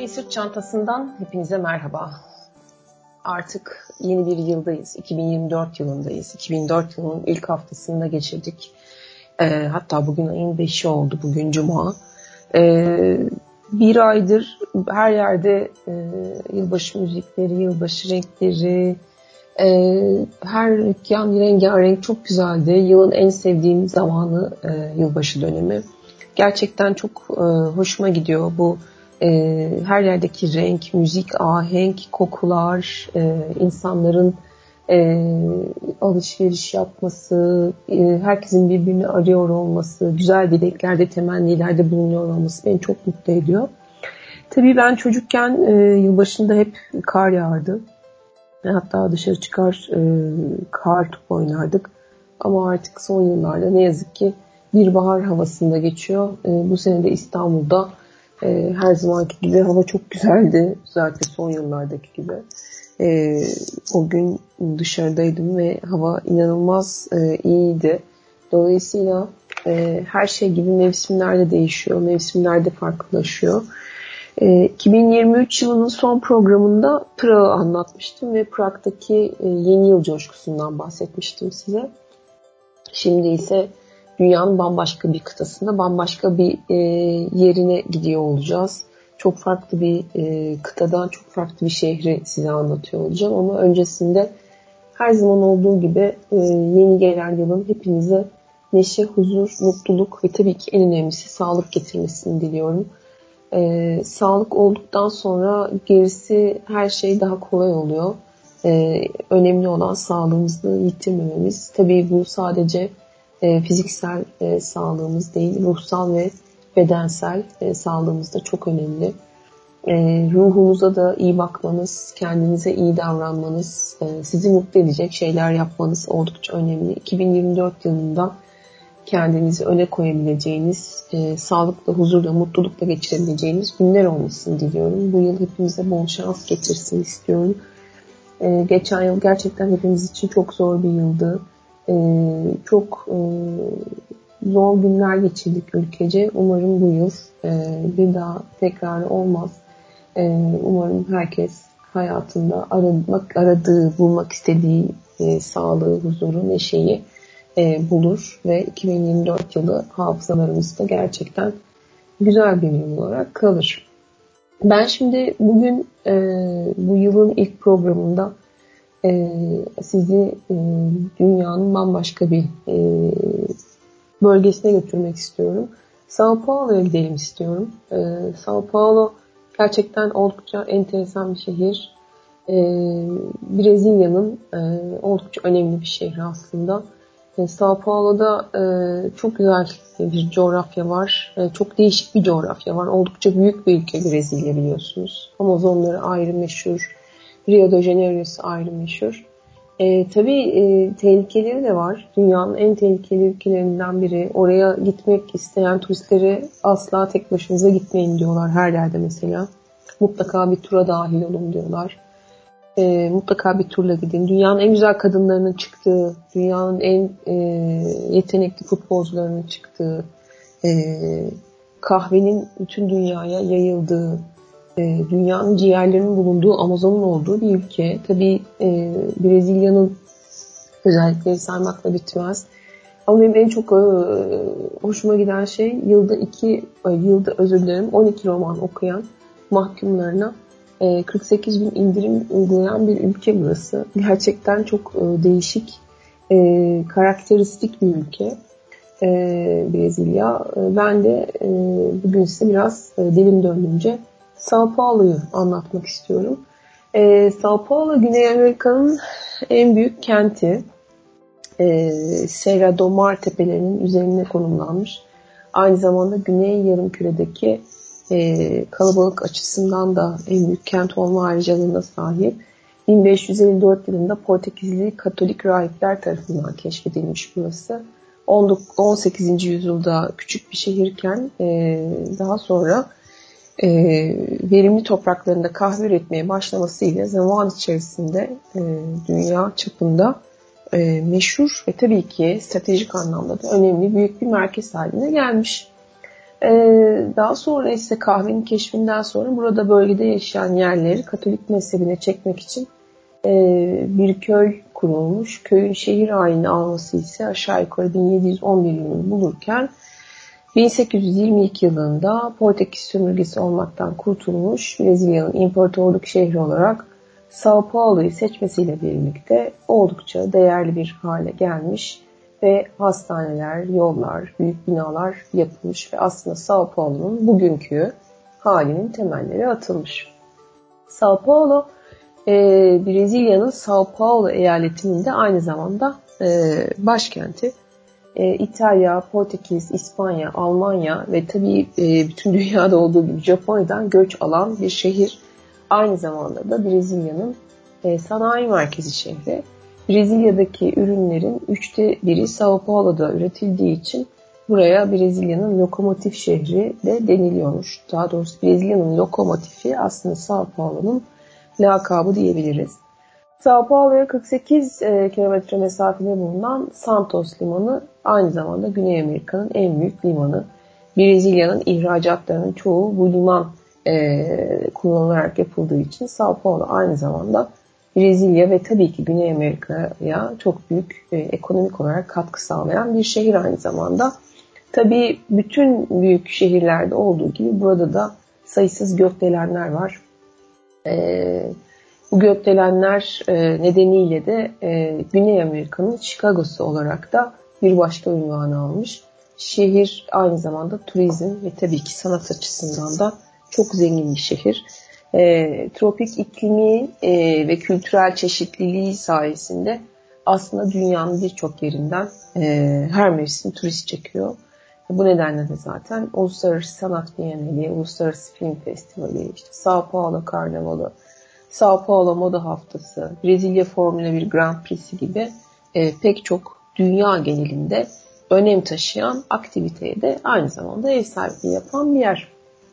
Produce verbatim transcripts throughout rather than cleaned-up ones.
Şey Sırt Çantası'ndan hepinize merhaba. Artık yeni bir yıldayız. iki bin yirmi dört yılındayız. iki bin dört yılının ilk haftasında geçirdik. E, hatta bugün ayın beşi oldu. Bugün Cuma. E, bir aydır her yerde e, yılbaşı müzikleri, yılbaşı renkleri, e, her dükkan rengarenk, çok güzeldi. Yılın en sevdiğim zamanı e, yılbaşı dönemi. Gerçekten çok e, hoşuma gidiyor bu. Ee, her yerdeki renk, müzik, ahenk, kokular, e, insanların e, alışveriş yapması, e, herkesin birbirini arıyor olması, güzel dileklerde, temennilerde bulunuyor olması beni çok mutlu ediyor. Tabii ben çocukken e, yılbaşında hep kar yağardı. Hatta dışarı çıkar e, kar top oynardık. Ama artık son yıllarda ne yazık ki bir bahar havasında geçiyor. E, bu sene de İstanbul'da Ee, her zamanki gibi hava çok güzeldi. Zaten son yıllardaki gibi. Ee, o gün dışarıdaydım ve hava inanılmaz e, iyiydi. Dolayısıyla e, her şey gibi mevsimler de değişiyor. Mevsimler de farklılaşıyor. E, iki bin yirmi üç yılının son programında Prag'ı anlatmıştım ve Prag'daki e, yeni yıl coşkusundan bahsetmiştim size. Şimdi ise dünyanın bambaşka bir kıtasında, bambaşka bir e, yerine gidiyor olacağız. Çok farklı bir e, kıtadan, çok farklı bir şehri size anlatıyor olacağım. Ama öncesinde her zaman olduğu gibi e, yeni gelen yılın hepinize neşe, huzur, mutluluk ve tabii ki en önemlisi sağlık getirmesini diliyorum. E, sağlık olduktan sonra gerisi her şey daha kolay oluyor. E, önemli olan sağlığımızı yitirmememiz. Tabii bu sadece E, fiziksel e, sağlığımız değil, ruhsal ve bedensel e, sağlığımız da çok önemli. E, ruhunuza da iyi bakmanız, kendinize iyi davranmanız, e, sizi mutlu edecek şeyler yapmanız oldukça önemli. iki bin yirmi dört yılında kendinizi öne koyabileceğiniz, e, sağlıkla, huzurla, mutlulukla geçirebileceğiniz günler olmasını diliyorum. Bu yıl hepimize bol şans getirsin istiyorum. E, geçen yıl gerçekten hepimiz için çok zor bir yıldı. Ee, çok e, zor günler geçirdik ülkece. Umarım bu yıl e, bir daha tekrar olmaz. E, umarım herkes hayatında aramak, aradığı, bulmak istediği e, sağlığı, huzuru, neşeyi e, bulur ve iki bin yirmi dört yılı hafızalarımızda gerçekten güzel bir yıl olarak kalır. Ben şimdi bugün e, bu yılın ilk programında Ee, sizi e, dünyanın bambaşka bir e, bölgesine götürmek istiyorum. Sao Paulo'ya gidelim istiyorum. Ee, Sao Paulo gerçekten oldukça enteresan bir şehir. Ee, Brezilya'nın e, oldukça önemli bir şehri aslında. Ee, Sao Paulo'da e, çok güzel bir coğrafya var. E, çok değişik bir coğrafya var. Oldukça büyük bir ülke Brezilya, biliyorsunuz. Amazonları ayrı meşhur. Rio de Janeiro'su ayrı meşhur. E, tabii e, tehlikeleri de var. Dünyanın en tehlikeli ülkelerinden biri. Oraya gitmek isteyen turistlere asla tek başınıza gitmeyin diyorlar her yerde mesela. Mutlaka bir tura dahil olun diyorlar. E, mutlaka bir turla gidin. Dünyanın en güzel kadınlarının çıktığı, dünyanın en e, yetenekli futbolcularının çıktığı, e, kahvenin bütün dünyaya yayıldığı, e, dünyanın ciğerlerinin bulunduğu, Amazon'un olduğu bir ülke. Tabii e, Brezilya'nın özellikleri saymakla bitmez. Ama benim en çok e, hoşuma giden şey yılda iki, yılda özür dilerim on iki roman okuyan mahkumlarına e, kırk sekiz gün indirim uygulayan bir ülke burası. Gerçekten çok e, değişik, e, karakteristik bir ülke. E, Brezilya. E, ben de e, bugün size biraz e, dilim döndüğünce Sao Paulo'yu anlatmak istiyorum. Ee, Sao Paulo, Güney Amerika'nın en büyük kenti. Ee, Serra do Mar tepelerinin üzerine konumlanmış. Aynı zamanda Güney Yarımküre'deki e, kalabalık açısından da en büyük kent olma ayrıcalığına sahip. bin beş yüz elli dört yılında Portekizli Katolik rahipler tarafından keşfedilmiş burası. on sekizinci yüzyılda küçük bir şehirken e, daha sonra E, verimli topraklarında kahve üretmeye başlamasıyla zaman içerisinde e, dünya çapında e, meşhur ve tabii ki stratejik anlamda da önemli büyük bir merkez haline gelmiş. Ee, daha sonra ise kahvenin keşfinden sonra burada bölgede yaşayan yerleri Katolik mezhebine çekmek için e, bir köy kurulmuş. Köyün şehir halini alması ise aşağı yukarı bin yedi yüz on bir yılını bulurken bin sekiz yüz yirmi iki yılında Portekiz sömürgesi olmaktan kurtulmuş Brezilya'nın imparatorluk şehri olarak São Paulo'yu seçmesiyle birlikte oldukça değerli bir hale gelmiş ve hastaneler, yollar, büyük binalar yapılmış ve aslında São Paulo'nun bugünkü halinin temelleri atılmış. São Paulo, e, Brezilya'nın São Paulo eyaletinin de aynı zamanda e, başkenti. E, İtalya, Portekiz, İspanya, Almanya ve tabii e, bütün dünyada olduğu gibi Japonya'dan göç alan bir şehir. Aynı zamanda da Brezilya'nın e, sanayi merkezi şehri. Brezilya'daki ürünlerin üçte biri São Paulo'da üretildiği için buraya Brezilya'nın lokomotif şehri de deniliyormuş. Daha doğrusu Brezilya'nın lokomotifi aslında São Paulo'nun lakabı diyebiliriz. São Paulo'ya kırk sekiz e, kilometre mesafede bulunan Santos Limanı aynı zamanda Güney Amerika'nın en büyük limanı. Brezilya'nın ihracatlarının çoğu bu liman e, kullanılarak yapıldığı için São Paulo aynı zamanda Brezilya ve tabii ki Güney Amerika'ya çok büyük e, ekonomik olarak katkı sağlayan bir şehir aynı zamanda. Tabii bütün büyük şehirlerde olduğu gibi burada da sayısız gökdelenler var. E, bu gökdelenler e, nedeniyle de e, Güney Amerika'nın Chicago'su olarak da bir başka ünvanı almış. Şehir aynı zamanda turizm ve tabii ki sanat açısından da çok zengin bir şehir. E, tropik iklimi e, ve kültürel çeşitliliği sayesinde aslında dünyanın birçok yerinden e, her mevsim turist çekiyor. Bu nedenle de zaten Uluslararası Sanat Bienali, Uluslararası Film Festivali, işte São Paulo Karnavalı, São Paulo Moda Haftası, Brezilya Formula bir Grand Prix'si gibi e, pek çok dünya genelinde önem taşıyan aktiviteye de aynı zamanda ev sahipliği yapan bir yer.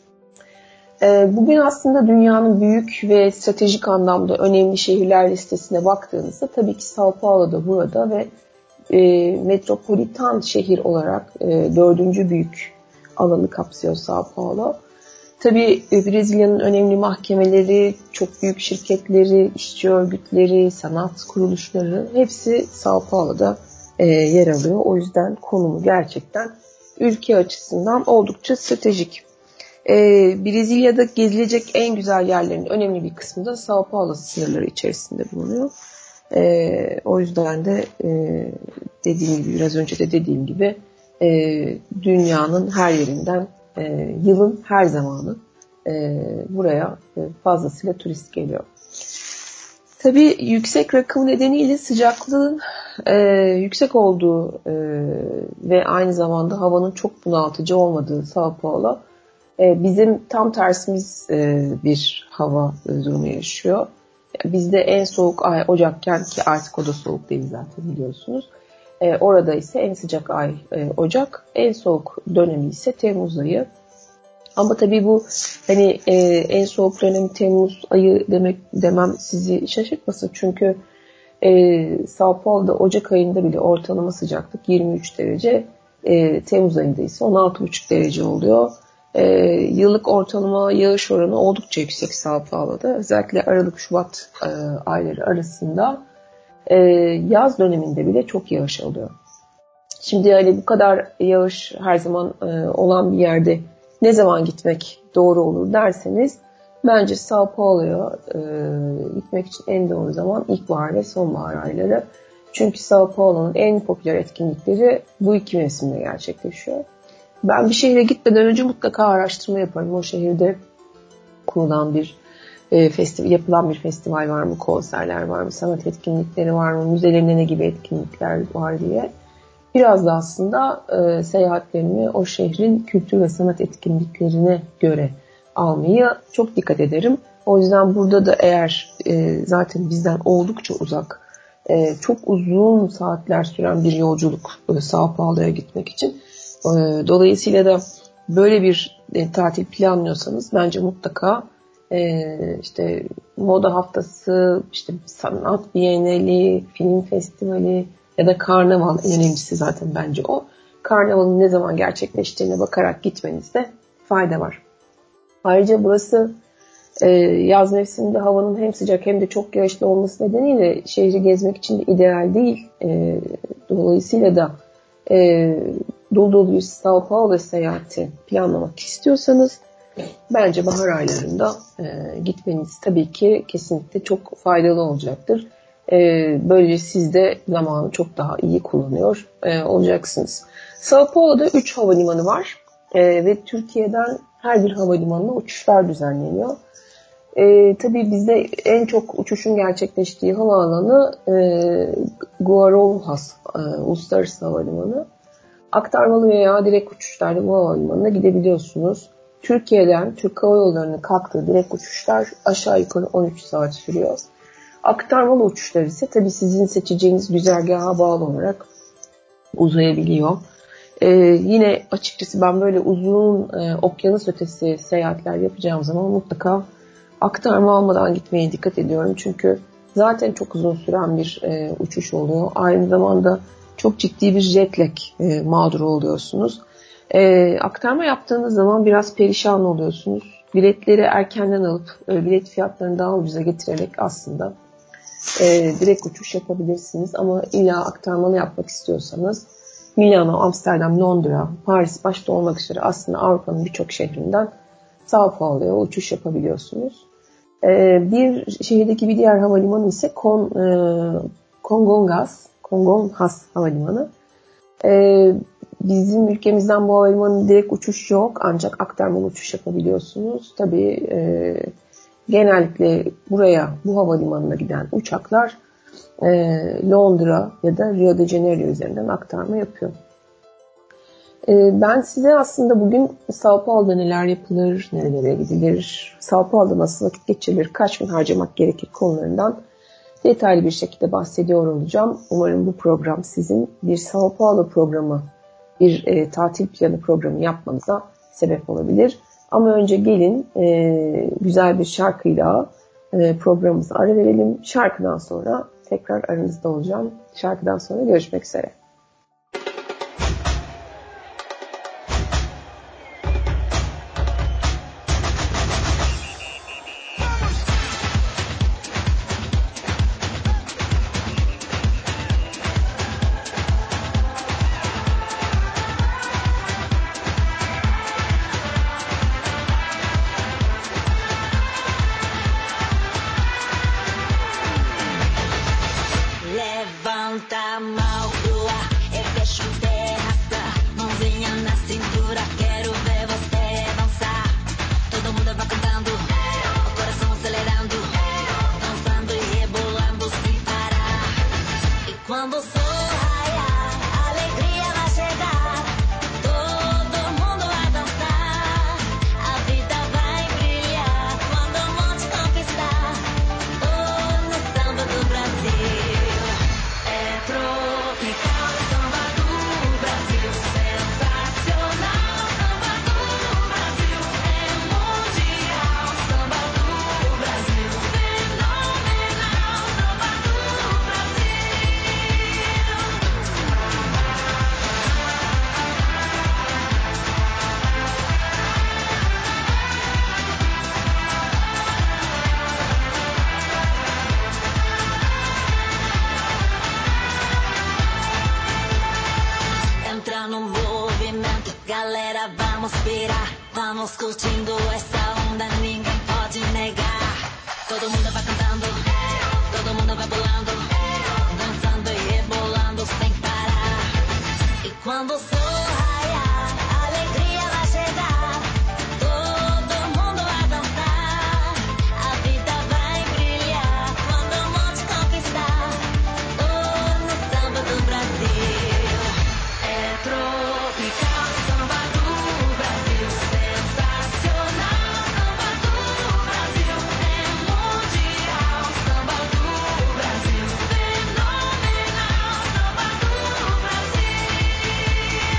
E, bugün aslında dünyanın büyük ve stratejik anlamda önemli şehirler listesine baktığınızda tabii ki São Paulo da burada ve e, metropolitan şehir olarak e, dördüncü büyük alanı kapsıyor São Paulo. Tabii Brezilya'nın önemli mahkemeleri, çok büyük şirketleri, işçi örgütleri, sanat kuruluşları hepsi São Paulo'da e, yer alıyor. O yüzden konumu gerçekten ülke açısından oldukça stratejik. E, Brezilya'da gezilecek en güzel yerlerin önemli bir kısmı da São Paulo sınırları içerisinde bulunuyor. E, o yüzden de e, dediğim gibi biraz önce de dediğim gibi e, dünyanın her yerinden e, yılın her zamanı e, buraya e, fazlasıyla turist geliyor. Tabii yüksek rakım nedeniyle sıcaklığın e, yüksek olduğu e, ve aynı zamanda havanın çok bunaltıcı olmadığı São Paulo e, bizim tam tersimiz e, bir hava e, durumu yaşıyor. Bizde en soğuk ay Ocak'ken ki artık o da soğuk değil zaten biliyorsunuz. E, orada ise en sıcak ay e, Ocak, en soğuk dönemi ise Temmuz ayı. Ama tabii bu hani e, en soğuk dönemi Temmuz ayı demek demem sizi şaşırtmasın. Çünkü e, São Paulo'da Ocak ayında bile ortalama sıcaklık yirmi üç derece, e, Temmuz ayında ise on altı buçuk derece oluyor. E, yıllık ortalama yağış oranı oldukça yüksek São Paulo'da. Özellikle Aralık-Şubat e, ayları arasında e, yaz döneminde bile çok yağış oluyor. Şimdi yani bu kadar yağış her zaman e, olan bir yerde ne zaman gitmek doğru olur derseniz bence São Paulo'ya e, gitmek için en doğru zaman ilkbahar ve sonbahar ayları. Çünkü São Paulo'nun en popüler etkinlikleri bu iki mevsimde gerçekleşiyor. Ben bir şehre gitmeden önce mutlaka araştırma yaparım. O şehirde kurulan bir e, festival, yapılan bir festival var mı, konserler var mı, sanat etkinlikleri var mı, müzelerinde ne gibi etkinlikler var diye. Biraz da aslında e, seyahatlerimi o şehrin kültür ve sanat etkinliklerine göre almayı çok dikkat ederim. O yüzden burada da eğer e, zaten bizden oldukça uzak, e, çok uzun saatler süren bir yolculuk e, São Paulo'ya gitmek için. E, dolayısıyla da böyle bir e, tatil planlıyorsanız bence mutlaka e, işte moda haftası, işte sanat bienali, film festivali ya da karnaval, en önemlisi zaten bence o. karnavalın ne zaman gerçekleştiğine bakarak gitmenizde fayda var. Ayrıca burası e, yaz mevsiminde havanın hem sıcak hem de çok yağışlı olması nedeniyle şehri gezmek için de ideal değil. E, dolayısıyla da e, dolu dolu bir Sao Paulo seyahati planlamak istiyorsanız bence bahar aylarında e, gitmeniz tabii ki kesinlikle çok faydalı olacaktır. E, böylece siz de zamanı çok daha iyi kullanıyor e, olacaksınız. Sao Paulo'da üç havalimanı var e, ve Türkiye'den her bir havalimanına uçuşlar düzenleniyor. E, tabii bizde en çok uçuşun gerçekleştiği havaalanı e, Guarulhos e, Uluslararası Havalimanı. Aktarmalı veya direkt uçuşlarla bu havalimanına gidebiliyorsunuz. Türkiye'den Türk Hava Yolları'nın kalktığı direkt uçuşlar aşağı yukarı on üç saat sürüyor. Aktarmalı uçuşlar ise tabii sizin seçeceğiniz güzergaha bağlı olarak uzayabiliyor. Ee, yine açıkçası ben böyle uzun e, okyanus ötesi seyahatler yapacağım zaman mutlaka aktarma almadan gitmeye dikkat ediyorum. Çünkü zaten çok uzun süren bir e, uçuş oluyor. Aynı zamanda çok ciddi bir jet lag e, mağduru oluyorsunuz. E, aktarma yaptığınız zaman biraz perişan oluyorsunuz. Biletleri erkenden alıp e, bilet fiyatlarını daha ucuza getirerek aslında e, direkt uçuş yapabilirsiniz. Ama illa aktarmalı yapmak istiyorsanız Milano, Amsterdam, Londra, Paris başta olmak üzere aslında Avrupa'nın birçok şehrinden Sao Paulo'ya uçuş yapabiliyorsunuz. E, bir şehirdeki bir diğer havalimanı ise Con, e, Congonhas, Congonhas Havalimanı. Ee, bizim ülkemizden bu havalimanına direkt uçuş yok ancak aktarmalı uçuş yapabiliyorsunuz. Tabii e, genellikle buraya bu havalimanına giden uçaklar e, Londra ya da Rio de Janeiro üzerinden aktarma yapıyor. E, ben size aslında bugün Sao Paulo'da neler yapılır, nerelere gidilir, Sao Paulo'da nasıl vakit geçirilir, kaç gün harcamak gerekir konularından detaylı bir şekilde bahsediyor olacağım. Umarım bu program sizin bir Sao Paulo programı, bir e, tatil planı programı yapmanıza sebep olabilir. Ama önce gelin e, güzel bir şarkıyla e, programımıza ara verelim. Şarkıdan sonra tekrar aranızda olacağım. Şarkıdan sonra görüşmek üzere. Vamos curtindo essa onda, ninguém pode negar. Todo mundo vai cantando, todo mundo vai pulando, dançando e rebolando sem parar. E quando o sol raiar, a alegria vai chegar. Todo mundo vai dançar, a vida vai brilhar. Quando o monte conquistar, oh, no samba do Brasil. É tropical, samba do Brasil. Sensacional, samba do Brasil. É mundial, samba do Brasil. Fenomenal, samba do Brasil.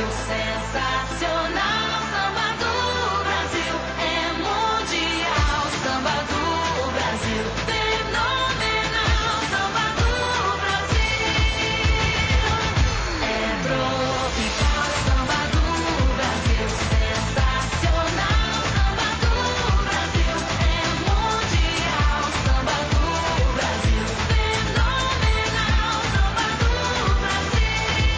sensacional. Samba do Brasil é mundial. Samba do Brasil fenomenal. Samba do Brasil é tropical. Samba do Brasil sensacional. Samba do Brasil é mundial. Samba do Brasil fenomenal. Samba do Brasil.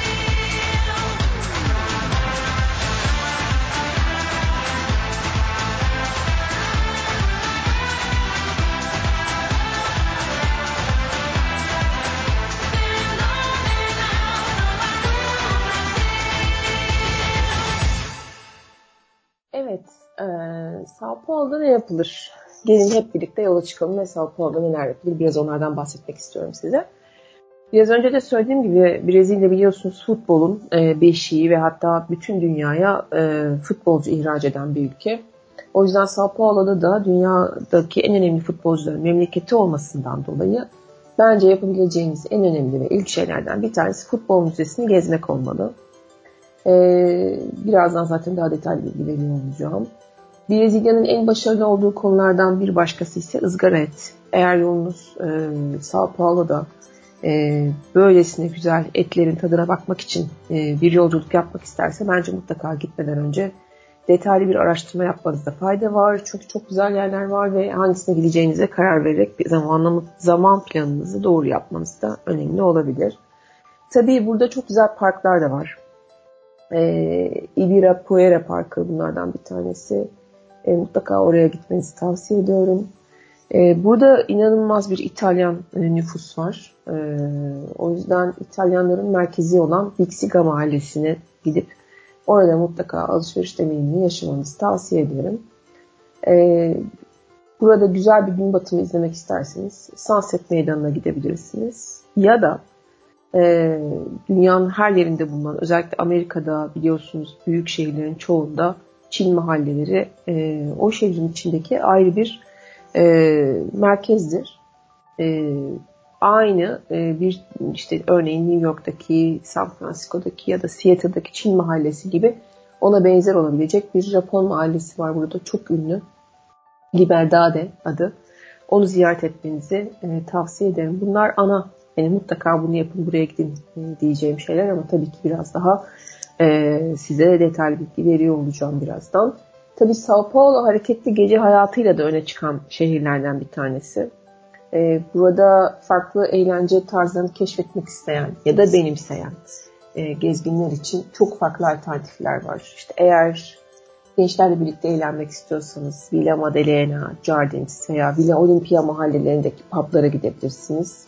Evet, e, Sao Paulo'da ne yapılır? Gelin hep birlikte yola çıkalım ve Sao Paulo'da neler yapılır? Biraz onlardan bahsetmek istiyorum size. Biraz önce de söylediğim gibi Brezilya biliyorsunuz futbolun e, beşiği ve hatta bütün dünyaya e, futbolcu ihraç eden bir ülke. O yüzden Sao Paulo'da da dünyadaki en önemli memleketi memleketi olmasından dolayı bence yapabileceğiniz en önemli ve ilk şeylerden bir tanesi futbol müzesini gezmek olmalı. Ee, birazdan zaten daha detaylı bilgi veriyor olacağım. Brezilya'nın en başarılı olduğu konulardan bir başkası ise ızgara et. Eğer yolunuz e, Sao Paulo'da e, böylesine güzel etlerin tadına bakmak için e, bir yolculuk yapmak isterse bence mutlaka gitmeden önce detaylı bir araştırma yapmanızda fayda var. Çünkü çok güzel yerler var ve hangisine gideceğinize karar vererek bir zamanlama, zaman planınızı doğru yapmanız da önemli olabilir. Tabii burada çok güzel parklar da var. Ee, Ibirapuera Parkı bunlardan bir tanesi. E, mutlaka oraya gitmenizi tavsiye ediyorum. E, burada inanılmaz bir İtalyan e, nüfus var. E, o yüzden İtalyanların merkezi olan Bixiga Mahallesi'ne gidip orada mutlaka alışveriş deneyimini yaşamanızı tavsiye ederim. E, burada güzel bir gün batımı izlemek isterseniz Sunset Meydanı'na gidebilirsiniz. Ya da e, dünyanın her yerinde bulunan, özellikle Amerika'da biliyorsunuz büyük şehirlerin çoğunda Çin mahalleleri e, o şehrin içindeki ayrı bir e, merkezdir. E, aynı e, bir işte örneğin New York'taki, San Francisco'daki ya da Seattle'daki Çin mahallesi gibi ona benzer olabilecek bir Japon mahallesi var burada çok ünlü. Liberdade adı. Onu ziyaret etmenizi e, tavsiye ederim. Bunlar ana, yani mutlaka bunu yapın, buraya gidin e, diyeceğim şeyler ama tabii ki biraz daha e, size detaylı bilgi veriyor olacağım birazdan. Tabii Sao Paulo hareketli gece hayatıyla da öne çıkan şehirlerden bir tanesi. E, burada farklı eğlence tarzlarını keşfetmek isteyen ya da benimseyen e, gezginler için çok farklı alternatifler var. İşte eğer gençlerle birlikte eğlenmek istiyorsanız Villa Madalena, Jardins veya Villa Olimpia mahallelerindeki publara gidebilirsiniz.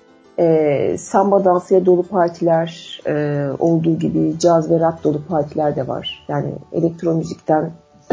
E, samba dansıya dolu partiler e, olduğu gibi caz ve rock dolu partiler de var. Yani elektro müzikten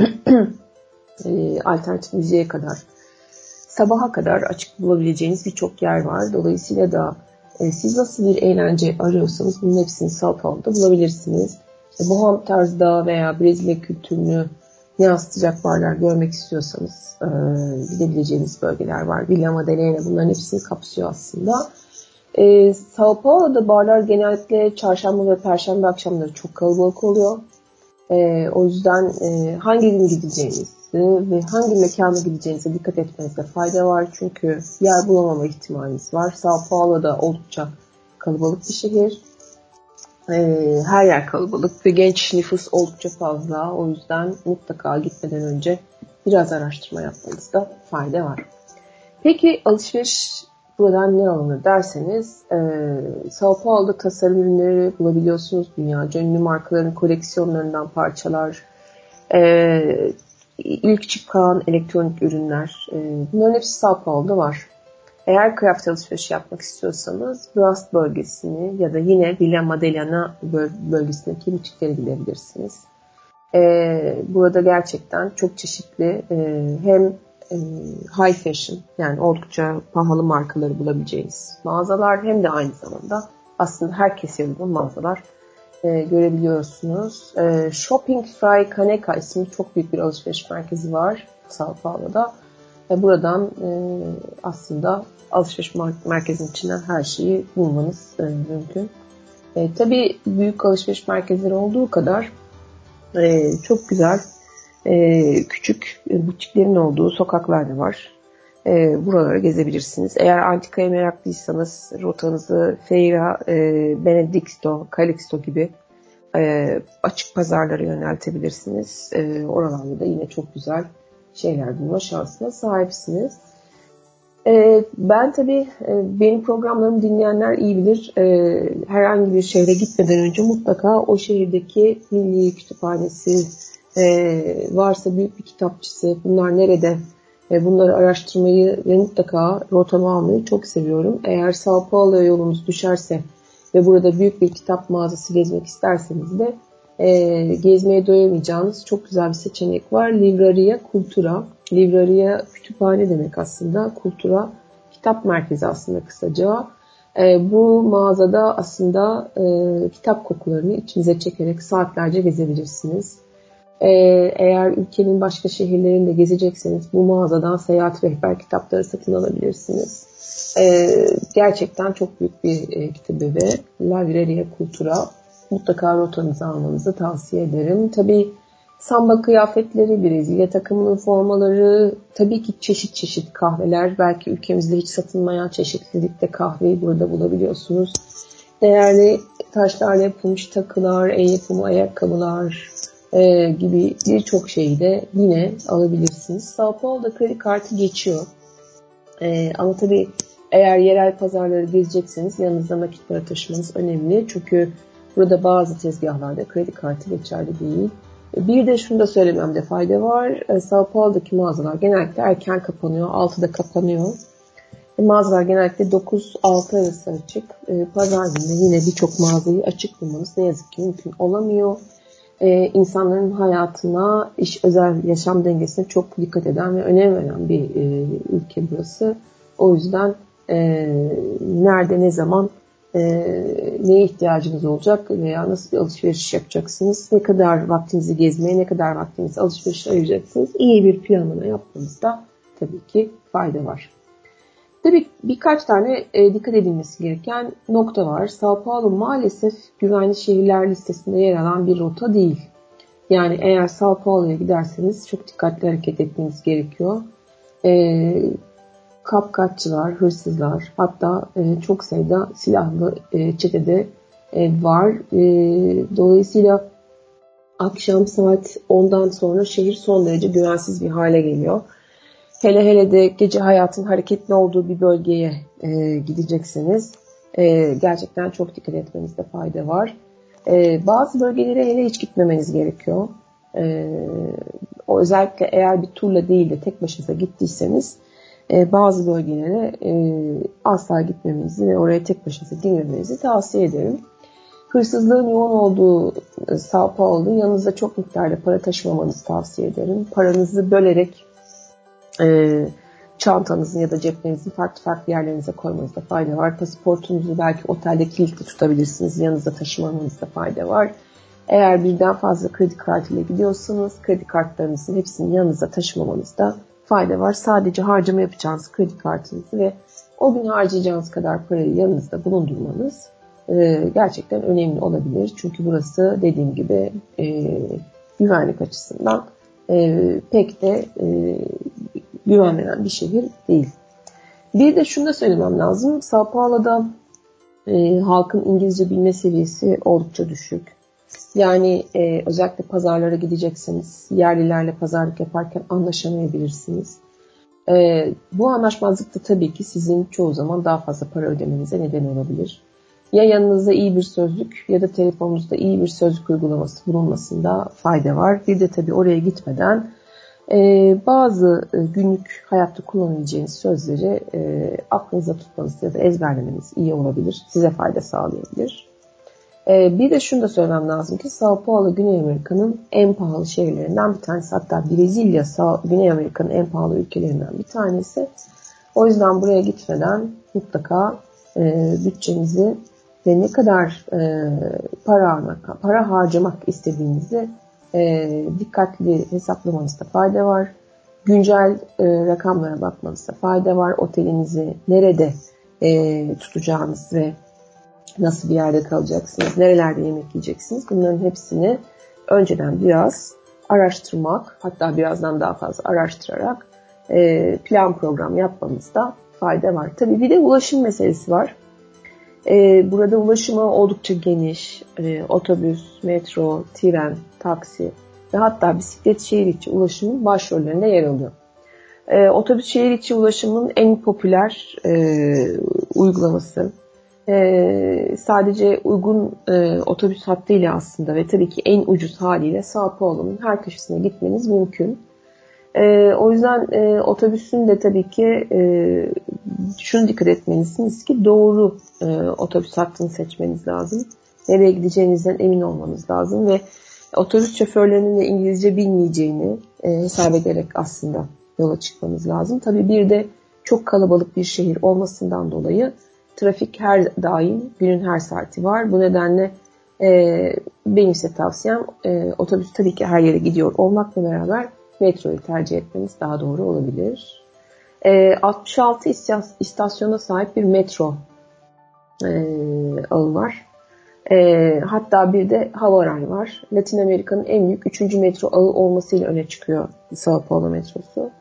e, alternatif müziğe kadar sabaha kadar açık bulabileceğiniz birçok yer var. Dolayısıyla da e, siz nasıl bir eğlence arıyorsanız bunun hepsini Sao Paulo'da bulabilirsiniz. E, Bohem tarzda veya Brezilya kültürünü yansıtacak barlar görmek istiyorsanız e, gidebileceğiniz bölgeler var. Villa Madalena bunların hepsini kapsıyor aslında. E, Sao Paulo'da barlar genellikle çarşamba ve perşembe akşamları çok kalabalık oluyor. E, o yüzden e, hangi gün gideceğiniz ve hangi mekana gideceğinize dikkat etmenizde fayda var. Çünkü yer bulamama ihtimaliniz var. Sao Paulo'da oldukça kalabalık bir şehir. Ee, her yer kalabalık ve genç nüfus oldukça fazla. O yüzden mutlaka gitmeden önce biraz araştırma yapmanızda fayda var. Peki alışveriş buradan ne alınır derseniz e, Sao Paulo'da tasarım ürünleri bulabiliyorsunuz. Dünyaca ünlü markaların koleksiyonlarından parçalar, e, ilk çıkan elektronik ürünler, e, bunların hepsi Sao Paulo'da var. Eğer kıyafet alışverişi yapmak istiyorsanız Brast bölgesini ya da yine Villa Madalena bölgesindeki butiklere gidebilirsiniz. Ee, burada gerçekten çok çeşitli e, hem e, high fashion yani oldukça pahalı markaları bulabileceğiniz mağazalar hem de aynı zamanda aslında herkese uygun mağazalar e, görebiliyorsunuz. E, Shopping Frei Caneca isimli çok büyük bir alışveriş merkezi var Sao Paulo'da. Ve buradan e, aslında alışveriş merkezinin içinden her şeyi bulmanız e, mümkün. E, tabii büyük alışveriş merkezleri olduğu kadar e, çok güzel e, küçük butiklerin olduğu sokaklar da var. E, buraları gezebilirsiniz. Eğer antikaya meraklıysanız rotanızı Feira, e, Benedicto, Calixto gibi e, açık pazarlara yöneltebilirsiniz. E, oralarda da yine çok güzel şeyler bulma şansına sahipsiniz. E, ben tabii e, benim programlarımı dinleyenler iyi bilir. E, herhangi bir şehre gitmeden önce mutlaka o şehirdeki milli kütüphanesi, e, varsa büyük bir kitapçısı, bunlar nerede? E, bunları araştırmayı ve mutlaka rotama almayı çok seviyorum. Eğer Sao Paulo'ya yolunuz düşerse ve burada büyük bir kitap mağazası gezmek isterseniz de e, gezmeye doyamayacağınız çok güzel bir seçenek var. Livraria Cultura. Livraria kütüphane demek aslında. Cultura kitap merkezi aslında kısaca. E, bu mağazada aslında e, kitap kokularını içinize çekerek saatlerce gezebilirsiniz. E, eğer ülkenin başka şehirlerinde gezecekseniz bu mağazadan seyahat rehber kitapları satın alabilirsiniz. E, gerçekten çok büyük bir e, kitabı ve Livraria Cultura. Mutlaka rotanızı almanızı tavsiye ederim. Tabii samba kıyafetleri, Brezilya takımının formaları, tabii ki çeşit çeşit kahveler. Belki ülkemizde hiç satılmayan çeşitlilikte kahveyi burada bulabiliyorsunuz. Değerli taşlarla yapılmış takılar, el yapımı ayakkabılar e, gibi birçok şeyi de yine alabilirsiniz. Sao Paulo'da kredi kartı geçiyor. E, ama tabii eğer yerel pazarları gezecekseniz yanınızda nakit para taşımanız önemli. Çünkü burada bazı tezgahlarda kredi kartı geçerli değil. Bir de şunu da söylememde fayda var. Sao Paulo'daki mağazalar genellikle erken kapanıyor. altıda kapanıyor. Mağazalar genellikle dokuz altı arası açık. Pazar günü yine birçok mağazayı açık bulmanız ne yazık ki mümkün olamıyor. İnsanların hayatına, iş özel yaşam dengesine çok dikkat eden ve önem veren bir ülke burası. O yüzden nerede, ne zaman, E, neye ihtiyacınız olacak veya nasıl bir alışveriş yapacaksınız, ne kadar vaktinizi gezmeye, ne kadar vaktinizi alışverişe ayıracaksınız, iyi bir planlama yapmanızda tabii ki fayda var. Tabii birkaç tane e, dikkat edilmesi gereken nokta var. Sao Paulo maalesef güvenli şehirler listesinde yer alan bir rota değil. Yani eğer Sao Paulo'ya giderseniz çok dikkatli hareket etmeniz gerekiyor. E, kapkaççılar, hırsızlar, hatta e, çok sayıda silahlı e, çetede e, var. E, dolayısıyla akşam saat ondan sonra şehir son derece güvensiz bir hale geliyor. Hele hele de gece hayatın hareketli olduğu bir bölgeye e, gidecekseniz e, gerçekten çok dikkat etmenizde fayda var. E, bazı bölgelere hele hiç gitmemeniz gerekiyor. E, o özellikle eğer bir turla değil de tek başınıza gittiyseniz bazı bölgelere asla gitmemenizi ve oraya tek başınıza girmemenizi tavsiye ederim. Hırsızlığın yoğun olduğu Sao Paulo'da yanınızda çok miktarda para taşımamanızı tavsiye ederim. Paranızı bölerek çantanızın ya da ceplerinizin farklı farklı yerlerinize koymanızda fayda var. Pasaportunuzu belki otelde kilitli tutabilirsiniz. Yanınızda taşımamanızda fayda var. Eğer birden fazla kredi kartıyla gidiyorsanız kredi kartlarınızın hepsini yanınızda taşımamanızda fayda var. Sadece harcama yapacağınız kredi kartınızı ve o gün harcayacağınız kadar parayı yanınızda bulundurmanız e, gerçekten önemli olabilir. Çünkü burası dediğim gibi e, güvenlik açısından e, pek de e, güven veren bir şehir değil. Bir de şunu da söylemem lazım. Sao Paulo'da e, halkın İngilizce bilme seviyesi oldukça düşük. Yani e, özellikle pazarlara gidecekseniz yerlilerle pazarlık yaparken anlaşamayabilirsiniz. E, bu anlaşmazlık da tabii ki sizin çoğu zaman daha fazla para ödemenize neden olabilir. Ya yanınızda iyi bir sözlük ya da telefonunuzda iyi bir sözlük uygulaması bulunmasında fayda var. Bir de tabii oraya gitmeden e, bazı e, günlük hayatta kullanabileceğiniz sözleri e, aklınıza tutmanız ya da ezberlemeniz iyi olabilir. Size fayda sağlayabilir. Bir de şunu da söylemem lazım ki Sao Paulo Güney Amerika'nın en pahalı şehirlerinden bir tanesi. Hatta Brezilya Güney Amerika'nın en pahalı ülkelerinden bir tanesi. O yüzden buraya gitmeden mutlaka e, bütçenizi ve ne kadar e, para, para harcamak istediğinizi e, dikkatli hesaplamanızda fayda var. Güncel e, rakamlara bakmanızda fayda var. Otelinizi nerede e, tutacağınız ve nasıl bir yerde kalacaksınız, nerelerde yemek yiyeceksiniz, bunların hepsini önceden biraz araştırmak, hatta birazdan daha fazla araştırarak e, plan program yapmanızda fayda var. Tabii bir de ulaşım meselesi var. E, burada ulaşımı oldukça geniş, e, otobüs, metro, tren, taksi ve hatta bisiklet şehir içi ulaşımın başrollerinde yer alıyor. E, otobüs şehir içi ulaşımın en popüler e, uygulaması. E, sadece uygun e, otobüs hattıyla aslında ve tabii ki en ucuz haliyle Sao Paulo'nun her köşesine gitmeniz mümkün. E, o yüzden e, otobüsün de tabii ki e, şunu dikkat etmelisiniz ki doğru e, otobüs hattını seçmeniz lazım. Nereye gideceğinizden emin olmanız lazım ve otobüs şoförlerinin de İngilizce bilmeyeceğini e, hesap ederek aslında yola çıkmanız lazım. Tabii bir de çok kalabalık bir şehir olmasından dolayı trafik her daim günün her saati var. Bu nedenle e, benim size tavsiyem e, otobüs tabii ki her yere gidiyor olmakla beraber metroyu tercih etmeniz daha doğru olabilir. E, altmış altı istasyona sahip bir metro e, ağı var. E, hatta bir de Havaray var. Latin Amerika'nın en büyük üçüncü metro ağı olmasıyla öne çıkıyor Sao Paulo metrosu.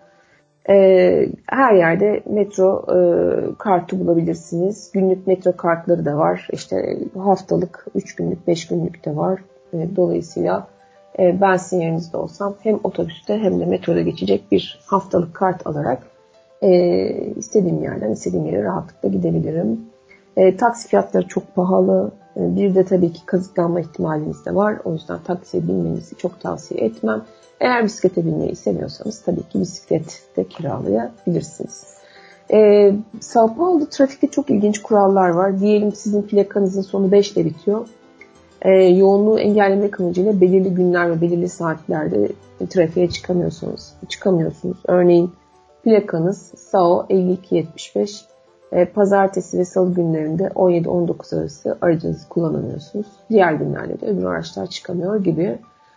Ee, her yerde metro e, kartı bulabilirsiniz. Günlük metro kartları da var. İşte haftalık, üç günlük, beş günlük de var. E, dolayısıyla e, ben sizin yerinizde olsam hem otobüste hem de metroda geçecek bir haftalık kart alarak e, istediğim yerden istediğim yere rahatlıkla gidebilirim. E, taksi fiyatları çok pahalı. E, bir de tabii ki kazıklanma ihtimaliniz de var. O yüzden taksiye binmenizi çok tavsiye etmem. Eğer bisiklete binmeyi istemiyorsanız tabii ki bisiklet de kiralayabilirsiniz. Ee, Sao Paulo'da trafikte çok ilginç kurallar var. Diyelim sizin plakanızın sonu beş ile bitiyor. Ee, yoğunluğu engellemek amacıyla belirli günler ve belirli saatlerde trafiğe çıkamıyorsunuz. çıkamıyorsunuz. Örneğin plakanız Sao elli iki yetmiş beş. Ee, pazartesi ve salı günlerinde on yedi on dokuz arası aracınızı kullanamıyorsunuz. Diğer günlerde de öbür araçlar çıkamıyor gibi.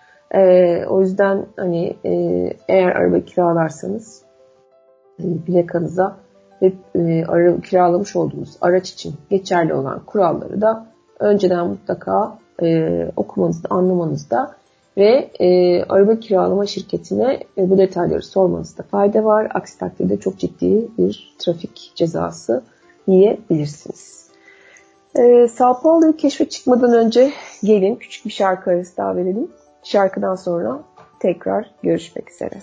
Ee, o yüzden hani e, eğer araba kiralarsanız e, plakanıza ve e, araba kiralamış olduğunuz araç için geçerli olan kuralları da önceden mutlaka e, okumanızda, anlamanızda ve e, araba kiralama şirketine e, bu detayları sormanızda fayda var. Aksi takdirde çok ciddi bir trafik cezası yiyebilirsiniz. E, Sao Paulo'yu keşfe çıkmadan önce gelin küçük bir şarkı arası daha verelim. Şarkıdan sonra tekrar görüşmek üzere.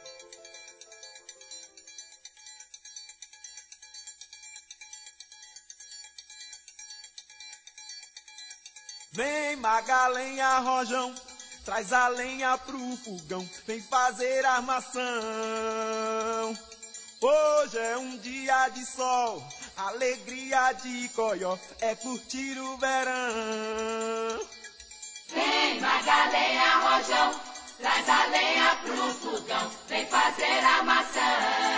Vem Magalenha Rojão, traz a lenha pro fogão, vem fazer armação. Hoje é um dia de sol, alegria de coió, é curtir o verão. Vem Magalenha Rojão, traz a lenha pro fogão, vem fazer armação.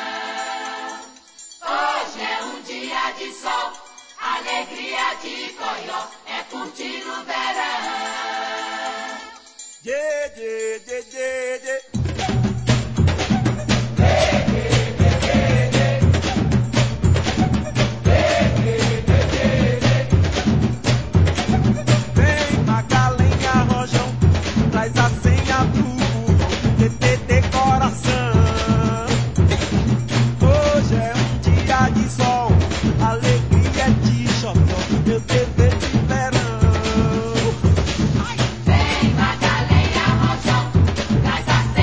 Hoje é um dia de sol, alegria de coió, é curtir o verão. Yeah, yeah, yeah, yeah, yeah. Traz a senha pro T T T coração. Hoje é um dia de sol, alegria de xodó, meu dever de verão. Vem Magalenha Rojão, traz a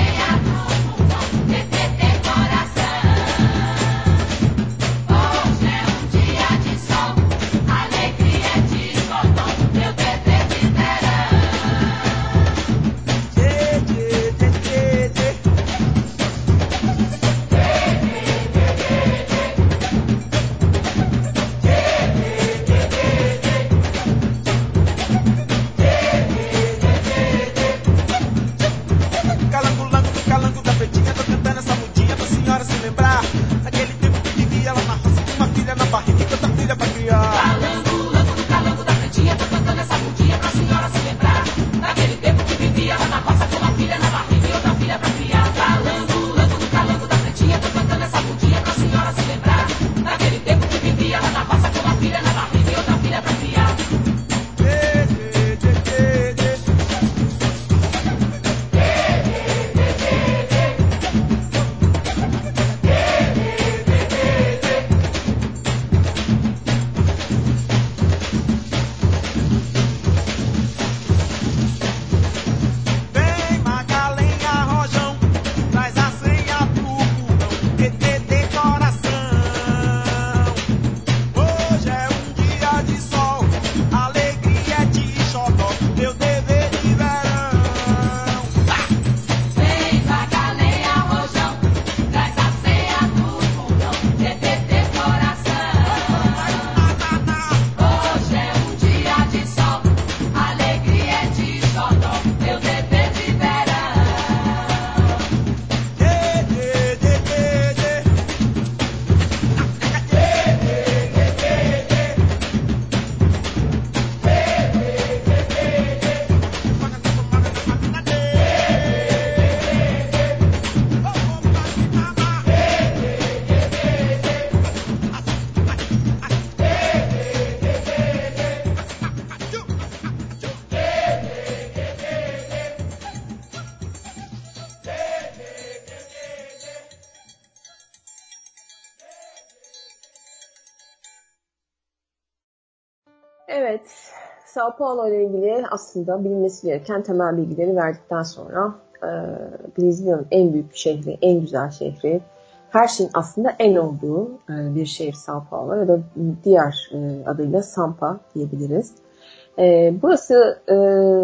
Evet, Sao Paulo ile ilgili aslında bilinmesi gereken temel bilgileri verdikten sonra e, Brezilya'nın en büyük şehri, en güzel şehri, her şeyin aslında en olduğu e, bir şehir Sao Paulo ya da diğer e, adıyla Sampa diyebiliriz. E, burası e,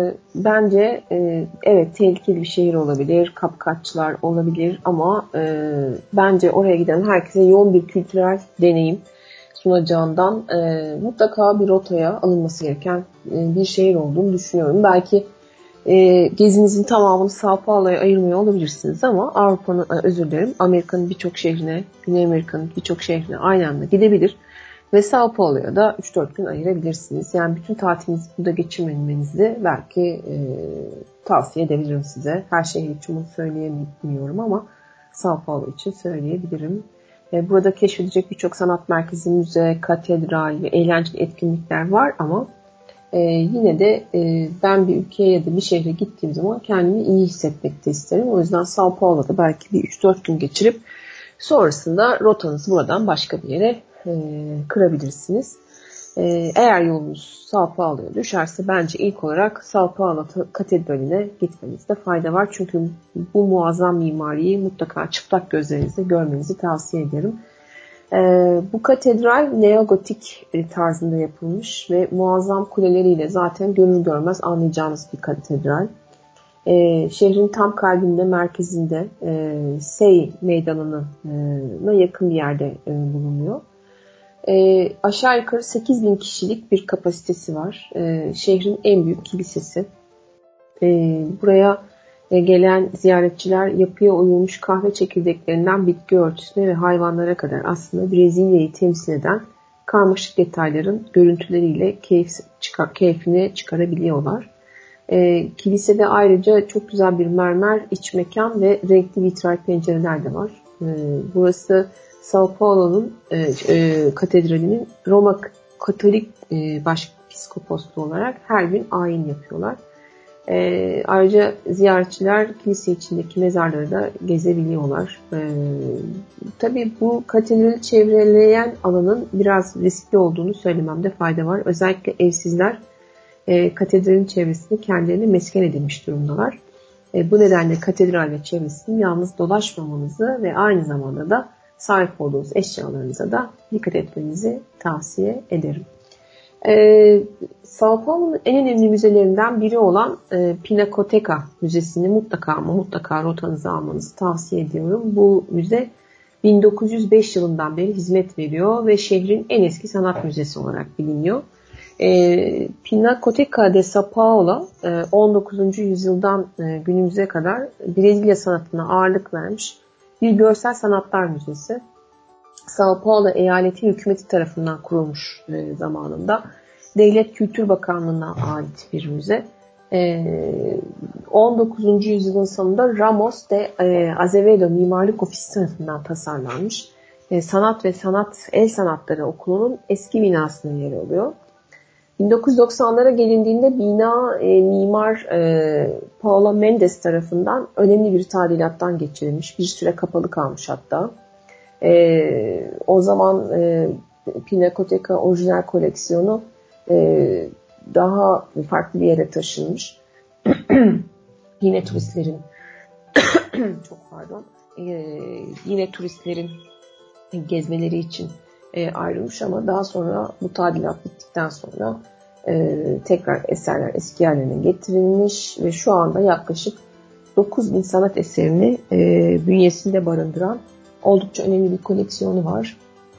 bence e, evet tehlikeli bir şehir olabilir, kapkaççılar olabilir ama e, bence oraya giden herkese yoğun bir kültürel deneyim sunacağından e, mutlaka bir rotaya alınması gereken e, bir şehir olduğunu düşünüyorum. Belki e, gezinizin tamamını Sao Paulo'ya ayırmıyor olabilirsiniz ama Avrupa'nın, özür dilerim, Amerika'nın birçok şehrine, Güney Amerika'nın birçok şehrine aynı anda gidebilir ve Sao Paulo'ya da üç dört gün ayırabilirsiniz. Yani bütün tatilinizi burada geçirmenizi belki e, tavsiye edebilirim size. Her şehir için bunu söyleyemiyorum ama Sao Paulo için söyleyebilirim. Burada keşfedecek birçok sanat merkezi, müze, katedral ve eğlenceli etkinlikler var ama e, yine de e, ben bir ülkeye ya da bir şehre gittiğim zaman kendimi iyi hissetmek de isterim. O yüzden Sao Paulo'da belki bir üç dört gün geçirip sonrasında rotanızı buradan başka bir yere e, kırabilirsiniz. E, eğer yolunuz Sao Paulo'ya düşerse bence ilk olarak Sao Paulo Katedrali'ne gitmenizde fayda var. Çünkü bu muazzam mimariyi mutlaka çıplak gözlerinizle görmenizi tavsiye ederim. E, bu katedral neogotik tarzında yapılmış ve muazzam kuleleriyle zaten görür görmez anlayacağınız bir katedral. E, şehrin tam kalbinde, merkezinde e, Sey Meydanı'na yakın bir yerde e, bulunuyor. E, aşağı yukarı sekiz bin kişilik bir kapasitesi var. E, şehrin en büyük kilisesi. E, buraya e, gelen ziyaretçiler yapıya uyulmuş kahve çekirdeklerinden bitki örtüsüne ve hayvanlara kadar aslında Brezilya'yı temsil eden karmaşık detayların görüntüleriyle keyif çıkar, keyfini çıkarabiliyorlar. E, kilisede ayrıca çok güzel bir mermer iç mekan ve renkli vitray pencereler de var. E, burası Sao Paulo'nun e, e, katedralinin Roma Katolik e, Başpiskoposluğu olarak her gün ayin yapıyorlar. E, ayrıca ziyaretçiler kilise içindeki mezarları da gezebiliyorlar. E, tabii bu katedrali çevreleyen alanın biraz riskli olduğunu söylememde fayda var. Özellikle evsizler e, katedralin çevresinde kendilerini mesken edilmiş durumdalar. E, bu nedenle katedral ve çevresini yalnız dolaşmamanızı ve aynı zamanda da sahip olduğunuz eşyalarınıza da dikkat etmenizi tavsiye ederim. Ee, Sao Paulo'nun en önemli müzelerinden biri olan e, Pinacoteca Müzesi'ni mutlaka ama mutlaka rotanıza almanızı tavsiye ediyorum. Bu müze bin dokuz yüz beş yılından beri hizmet veriyor ve şehrin en eski sanat müzesi olarak biliniyor. E, Pinacoteca de Sao Paulo e, on dokuzuncu yüzyıldan e, günümüze kadar Brezilya sanatına ağırlık vermiş bir görsel sanatlar müzesi. Sao Paulo eyaleti hükümeti tarafından kurulmuş e, zamanında. Devlet Kültür Bakanlığı'na ait bir müze. E, on dokuzuncu yüzyılın sonunda Ramos de e, Azevedo Mimarlık Ofisi tarafından tasarlanmış. E, sanat ve sanat el sanatları okulunun eski binasında yer alıyor. bin dokuz yüz doksanlara gelindiğinde bina e, mimar e, Paulo Mendes tarafından önemli bir tadilattan geçirilmiş. Bir süre kapalı kalmış hatta. E, o zaman e, Pinacoteca orijinal koleksiyonu e, daha farklı bir yere taşınmış. Yine turistlerin çok pardon e, yine turistlerin gezmeleri için e, ayrılmış ama daha sonra bu tadilat bittikten sonra e, tekrar eserler eski yerlerine getirilmiş ve şu anda yaklaşık dokuz bin sanat eserini e, bünyesinde barındıran oldukça önemli bir koleksiyonu var.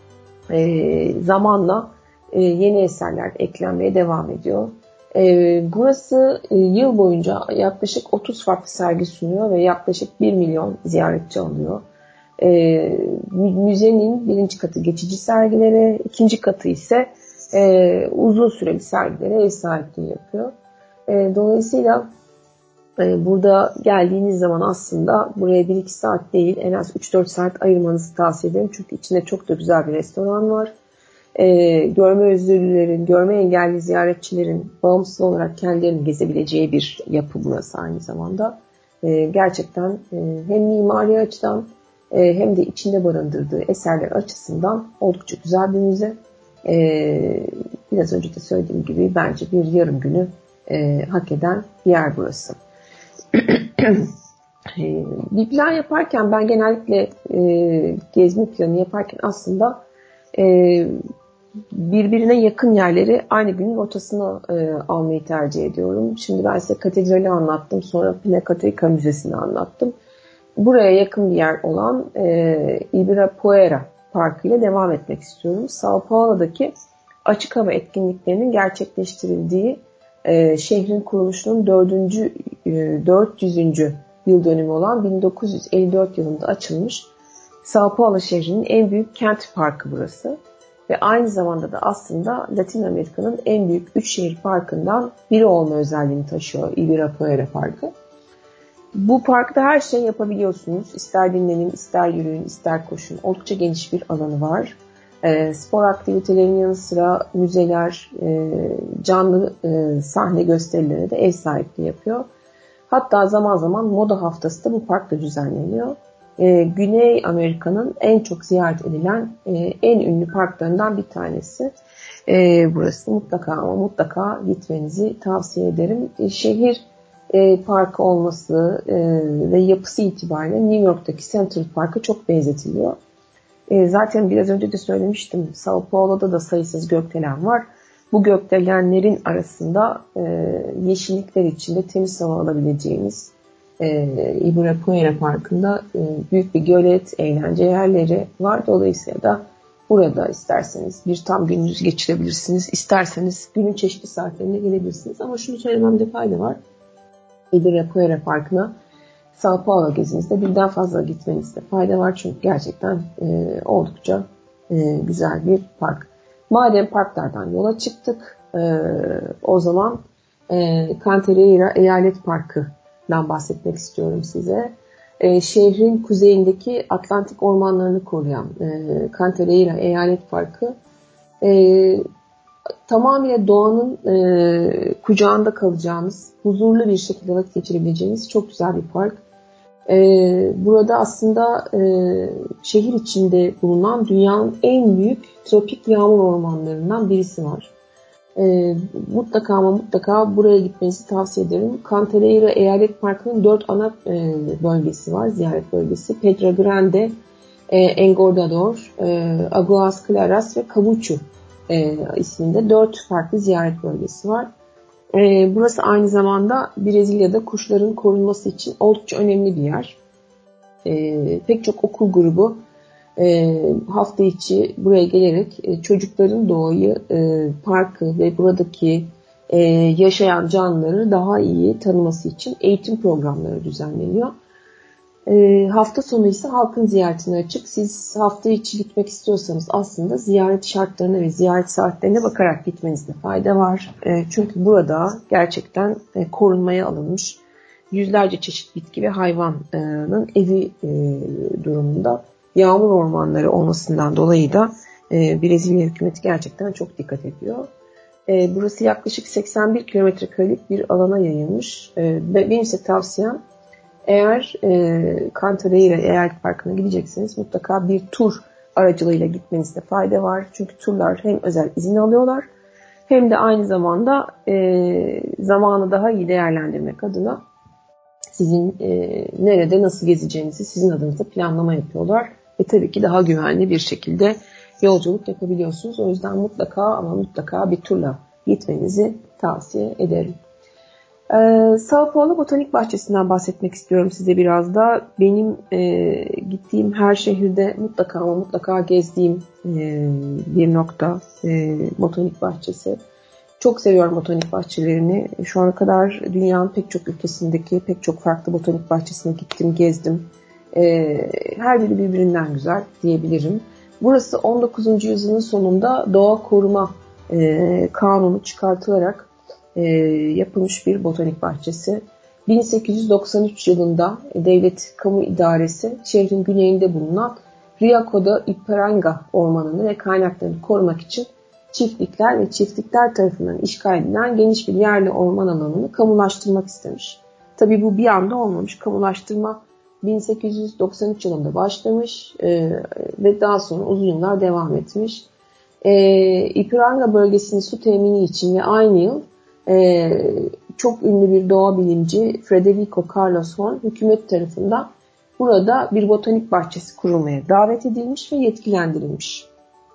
E, zamanla e, yeni eserler eklenmeye devam ediyor. E, burası e, yıl boyunca yaklaşık otuz farklı sergi sunuyor ve yaklaşık bir milyon ziyaretçi alıyor. E, müzenin birinci katı geçici sergilere, ikinci katı ise e, uzun süreli sergilere ev sahipliği yapıyor. E, dolayısıyla e, burada geldiğiniz zaman aslında buraya bir iki saat değil en az üç dört saat ayırmanızı tavsiye ederim. Çünkü içinde çok da güzel bir restoran var. E, görme özürlülerin, görme engelli ziyaretçilerin bağımsız olarak kendilerini gezebileceği bir yapı burası aynı zamanda. E, gerçekten e, hem mimari açıdan e, hem de içinde barındırdığı eserler açısından oldukça güzel bir müze. E, biraz önce de söylediğim gibi bence bir yarım günü e, hak eden bir yer burası. e, bir plan yaparken ben genellikle e, gezme planı yaparken aslında e, birbirine yakın yerleri aynı günün ortasına e, almayı tercih ediyorum. Şimdi ben size katedrali anlattım, sonra Pinacoteca Müzesi'ni anlattım. Buraya yakın bir yer olan e, Ibirapuera Parkı ile devam etmek istiyorum. Sao Paulo'daki açık hava etkinliklerinin gerçekleştirildiği e, şehrin kuruluşunun dördüncü, e, dört yüzüncü yıl dönümü olan bin dokuz yüz elli dört yılında açılmış Sao Paulo şehrinin en büyük kent parkı burası. Ve aynı zamanda da aslında Latin Amerika'nın en büyük üç şehir parkından biri olma özelliğini taşıyor Ibirapuera Parkı. Bu parkta her şey yapabiliyorsunuz. İster dinlenin, ister yürüyün, ister koşun. Oldukça geniş bir alanı var. E, spor aktivitelerinin yanı sıra müzeler, e, canlı e, sahne gösterilerine de ev sahipliği yapıyor. Hatta zaman zaman moda haftası da bu parkta düzenleniyor. E, Güney Amerika'nın en çok ziyaret edilen e, en ünlü parklarından bir tanesi. E, burası mutlaka ama mutlaka gitmenizi tavsiye ederim. E, şehir e, parkı olması e, ve yapısı itibariyle New York'taki Central Park'a çok benzetiliyor. E, zaten biraz önce de söylemiştim. Sao Paulo'da da sayısız gökdelen var. Bu gökdelenlerin arasında e, yeşillikler içinde temiz hava alabileceğiniz e, Ibirapuera Parkı'nda e, büyük bir gölet, eğlence yerleri var. Dolayısıyla da burada isterseniz bir tam gününüz geçirebilirsiniz. İsterseniz günün çeşitli saatlerinde gelebilirsiniz. Ama şunu söylememde fayda var. Ibirapuera Parkı'na Sao Paulo gezinizde birden fazla gitmenizde fayda var. Çünkü gerçekten e, oldukça e, güzel bir park. Madem parklardan yola çıktık, e, o zaman e, Cantareira Eyalet Parkı'dan bahsetmek istiyorum size. E, şehrin kuzeyindeki Atlantik ormanlarını koruyan e, Cantareira Eyalet Parkı e, tamamıyla doğanın e, kucağında kalacağınız, huzurlu bir şekilde vakit geçirebileceğiniz çok güzel bir park. Ee, burada aslında e, şehir içinde bulunan dünyanın en büyük tropik yağmur ormanlarından birisi var. Ee, mutlaka ama mutlaka buraya gitmenizi tavsiye ederim. Cantareira Eyalet Parkı'nın dört ana e, bölgesi var, ziyaret bölgesi. Pedra Grande, e, Engordador, e, Aguas Claras ve Cabuçu e, isminde dört farklı ziyaret bölgesi var. Burası aynı zamanda Brezilya'da kuşların korunması için oldukça önemli bir yer. E, pek çok okul grubu e, hafta içi buraya gelerek e, çocukların doğayı, e, parkı ve buradaki e, yaşayan canlıları daha iyi tanıması için eğitim programları düzenleniyor. E, hafta sonu ise halkın ziyaretine açık. Siz hafta içi gitmek istiyorsanız aslında ziyaret şartlarına ve ziyaret saatlerine bakarak gitmenizde fayda var. E, çünkü burada gerçekten e, korunmaya alınmış yüzlerce çeşit bitki ve hayvanın evi e, durumunda. Yağmur ormanları olmasından dolayı da e, Brezilya hükümeti gerçekten çok dikkat ediyor. E, burası yaklaşık seksen bir kilometre karelik bir alana yayılmış. E, benim ise tavsiyem, eğer e, Cantareira Eyalet Parkı'na gidecekseniz mutlaka bir tur aracılığıyla gitmenizde fayda var. Çünkü turlar hem özel izin alıyorlar hem de aynı zamanda e, zamanı daha iyi değerlendirmek adına sizin e, nerede nasıl gezeceğinizi sizin adınıza planlama yapıyorlar. Ve tabii ki daha güvenli bir şekilde yolculuk yapabiliyorsunuz. O yüzden mutlaka ama mutlaka bir turla gitmenizi tavsiye ederim. Ee, Sao Paulo Botanik Bahçesi'nden bahsetmek istiyorum size biraz da. Benim e, gittiğim her şehirde mutlaka ama mutlaka gezdiğim e, bir nokta e, Botanik Bahçesi. Çok seviyorum botanik bahçelerini. Şu ana kadar dünyanın pek çok ülkesindeki pek çok farklı botanik bahçesine gittim, gezdim. E, her biri birbirinden güzel diyebilirim. Burası on dokuzuncu yüzyılın sonunda doğa koruma e, kanunu çıkartılarak E, yapılmış bir botanik bahçesi. bin sekiz yüz doksan üç yılında devlet kamu idaresi şehrin güneyinde bulunan Riacho da Ipiranga ormanını ve kaynaklarını korumak için çiftlikler ve çiftlikler tarafından işgal edilen geniş bir yerli orman alanını kamulaştırmak istemiş. Tabii bu bir anda olmamış. Kamulaştırma bin sekiz yüz doksan üç yılında başlamış e, ve daha sonra uzun yıllar devam etmiş. E, Ipiranga bölgesinin su temini için ve aynı yıl e, çok ünlü bir doğa bilimci Frederico Carlos Horn hükümet tarafından burada bir botanik bahçesi kurulmaya davet edilmiş ve yetkilendirilmiş.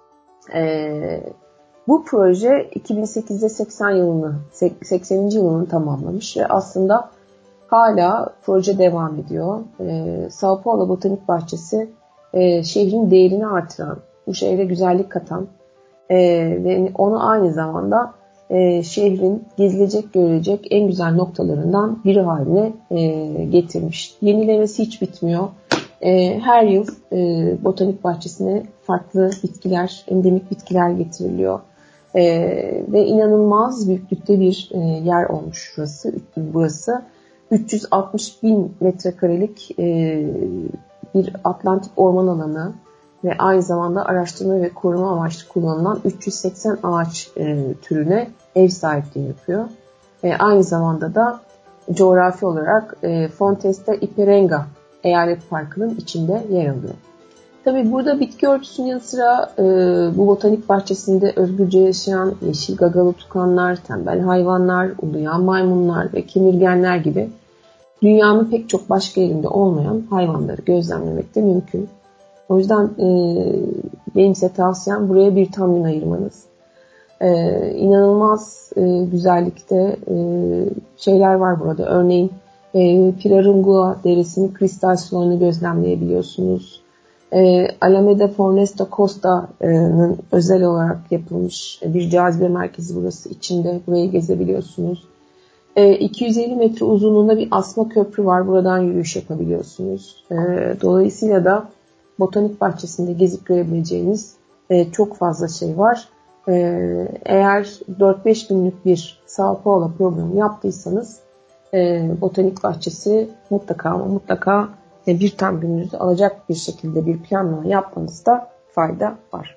E, bu proje iki bin sekizde seksen yılını, sekseninci yılını tamamlamış ve aslında hala proje devam ediyor. E, Sao Paulo Botanik Bahçesi e, şehrin değerini artıran, bu şehre güzellik katan e, ve onu aynı zamanda e, şehrin gezilecek, görülecek en güzel noktalarından biri haline e, getirmiş. Yenilemesi hiç bitmiyor. E, her yıl e, botanik bahçesine farklı bitkiler, endemik bitkiler getiriliyor. E, ve inanılmaz büyüklükte bir e, yer olmuş burası. burası. üç yüz altmış bin metrekarelik e, bir Atlantik orman alanı ve aynı zamanda araştırma ve koruma amaçlı kullanılan üç yüz seksen ağaç e, türüne ev sahipliği yapıyor. E, aynı zamanda da coğrafi olarak e, Fontes de Ipiranga Eyalet Parkı'nın içinde yer alıyor. Tabii burada bitki örtüsünün yanı sıra e, bu botanik bahçesinde özgürce yaşayan yeşil gagalı tukanlar, tembel hayvanlar, uluyan maymunlar ve kemirgenler gibi dünyanın pek çok başka yerinde olmayan hayvanları gözlemlemek de mümkün. O yüzden e, benim size tavsiyem buraya bir tam gün ayırmanız. E, inanılmaz e, güzellikte e, şeyler var burada. Örneğin e, Pirarunga Deresi'nin kristal sularını gözlemleyebiliyorsunuz. E, Alameda Fornesta Costa'nın özel olarak yapılmış bir cazibe merkezi burası. İçinde burayı gezebiliyorsunuz. E, iki yüz elli metre uzunluğunda bir asma köprü var. Buradan yürüyüş yapabiliyorsunuz. E, dolayısıyla da botanik bahçesinde gezip görebileceğiniz e, çok fazla şey var. E, eğer dört beş günlük bir Sao Paulo programı yaptıysanız e, botanik bahçesi mutlaka ama mutlaka e, bir tam gününüzü alacak bir şekilde bir planlama yapmanızda fayda var.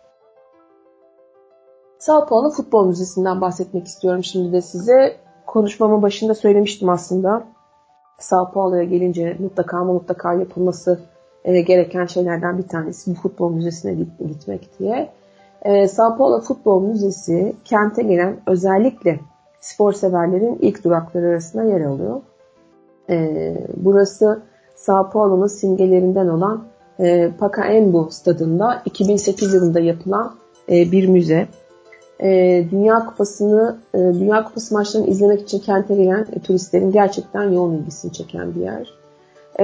Sao Paulo Futbol Müzesi'nden bahsetmek istiyorum şimdi de size. Konuşmamın başında söylemiştim aslında. Sao Paulo'ya gelince mutlaka ama mutlaka yapılması e, gereken şeylerden bir tanesi bu futbol müzesine gitmek diye. E, Sao Paulo Futbol Müzesi kente gelen özellikle spor severlerin ilk durakları arasında yer alıyor. E, burası Sao Paulo'nun simgelerinden olan e, Pacaembu stadında iki bin sekiz yılında yapılan e, bir müze. E, Dünya Kupası'nı, e, Dünya Kupası maçlarını izlemek için kente gelen e, turistlerin gerçekten yoğun ilgisini çeken bir yer. E,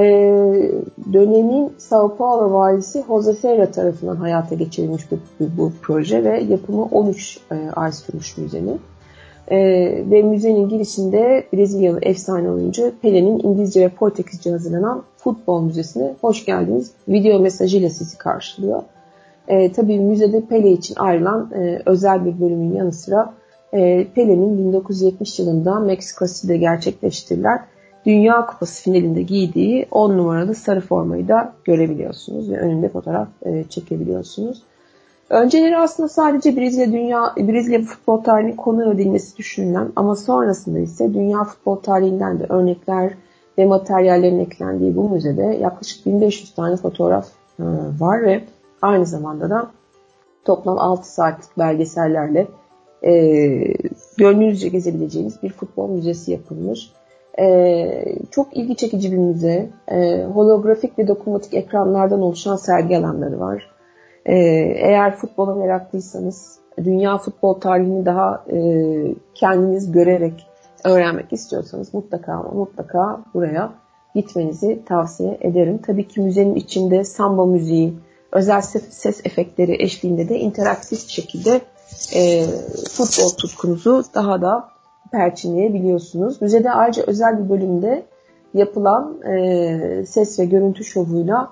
dönemin Sao Paulo valisi Jose Ferreira tarafından hayata geçirilmiş bu, bu, bu proje ve yapımı on üç e, ay sürmüş müzenin. E, ve müzenin girişinde Brezilyalı efsane oyuncu Pelé'nin İngilizce ve Portekizce hazırlanan futbol müzesine hoş geldiniz video mesajıyla sizi karşılıyor. E, tabii müzede Pelé için ayrılan e, özel bir bölümün yanı sıra e, Pelé'nin bin dokuz yüz yetmiş yılında Meksiko City'de gerçekleştirilen Dünya Kupası finalinde giydiği on numaralı sarı formayı da görebiliyorsunuz ve önünde fotoğraf e, çekebiliyorsunuz. Önceleri aslında sadece Brezilya dünya Brezilya futbol tarihinin konu edilmesi düşünülen ama sonrasında ise dünya futbol tarihinden de örnekler ve materyallerin eklendiği bu müzede yaklaşık bin beş yüz tane fotoğraf e, var ve aynı zamanda da toplam altı saatlik belgesellerle e, gönlünüzce gezebileceğiniz bir futbol müzesi yapılmış. E, çok ilgi çekici bir müze. E, holografik ve dokunmatik ekranlardan oluşan sergi alanları var. E, eğer futbola meraklıysanız, dünya futbol tarihini daha e, kendiniz görerek öğrenmek istiyorsanız mutlaka ama mutlaka buraya gitmenizi tavsiye ederim. Tabii ki müzenin içinde samba müziği, özel ses efektleri eşliğinde de interaktif şekilde e, futbol tutkunuzu daha da perçinleyebiliyorsunuz. Müzede ayrıca özel bir bölümde yapılan e, ses ve görüntü şovuyla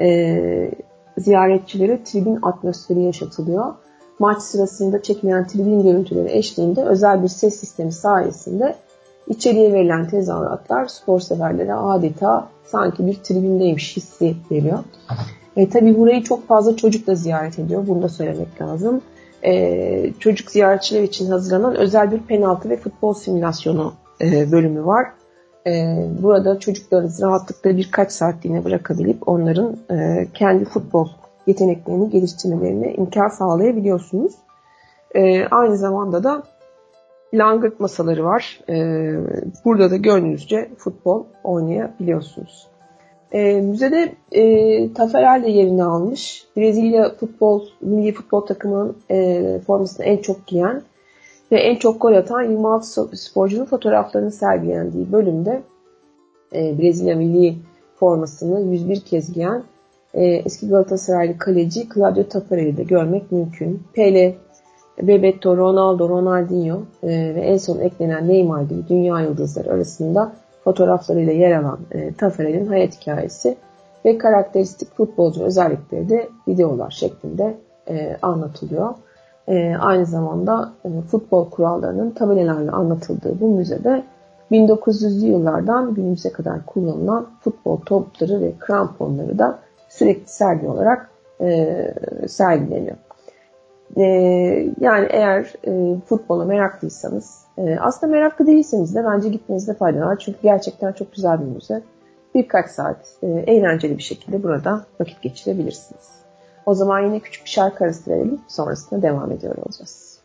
e, ziyaretçilere tribün atmosferi yaşatılıyor. Maç sırasında çekilen tribün görüntüleri eşliğinde özel bir ses sistemi sayesinde içeriye verilen tezahüratlar spor severlere adeta sanki bir tribündeymiş hissi veriyor. E, tabii burayı çok fazla çocuk da ziyaret ediyor. Bunu da söylemek lazım. E, çocuk ziyaretçiler için hazırlanan özel bir penaltı ve futbol simülasyonu e, bölümü var. E, burada çocuklarınızı rahatlıkla birkaç saatliğine bırakabilip onların e, kendi futbol yeteneklerini geliştirmelerine imkan sağlayabiliyorsunuz. E, aynı zamanda da langırt masaları var. E, burada da gönlünüzce futbol oynayabiliyorsunuz. E, müzede e, Tafarel de yerini almış. Brezilya futbol, milli futbol takımının e, formasını en çok giyen ve en çok gol atan yirmi altı sporcunun fotoğraflarını sergilendiği bölümde e, Brezilya milli formasını yüz bir kez giyen e, eski Galatasaraylı kaleci Claudio Tafarel'i de görmek mümkün. Pele, Bebeto, Ronaldo, Ronaldinho e, ve en son eklenen Neymar gibi dünya yıldızları arasında fotoğraflarıyla yer alan e, Tafarel'in hayat hikayesi ve karakteristik futbolcu özellikleri de videolar şeklinde e, anlatılıyor. E, aynı zamanda e, futbol kurallarının tabelalarla anlatıldığı bu müzede bin dokuz yüzlü yıllardan günümüze kadar kullanılan futbol topları ve kramponları da sürekli sergi olarak e, sergileniyor. E, yani eğer e, futbola meraklıysanız, e, aslında meraklı değilseniz de bence gitmenizde fayda var. Çünkü gerçekten çok güzel bir müze. Birkaç saat e, eğlenceli bir şekilde burada vakit geçirebilirsiniz. O zaman yine küçük bir şarkı arası verelim. Sonrasında devam ediyor olacağız.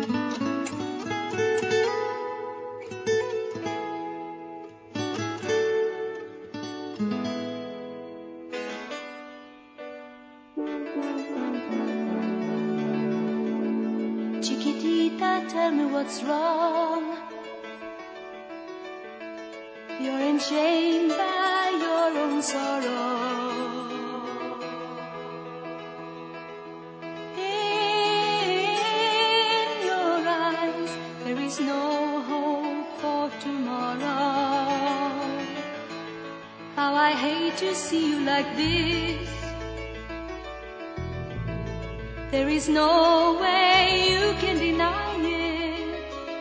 Chiquitita, tell me what's wrong. You're enchained by your own sorrow. In your eyes, there is no hope for tomorrow. How I hate to see you like this. There is no way you can deny it.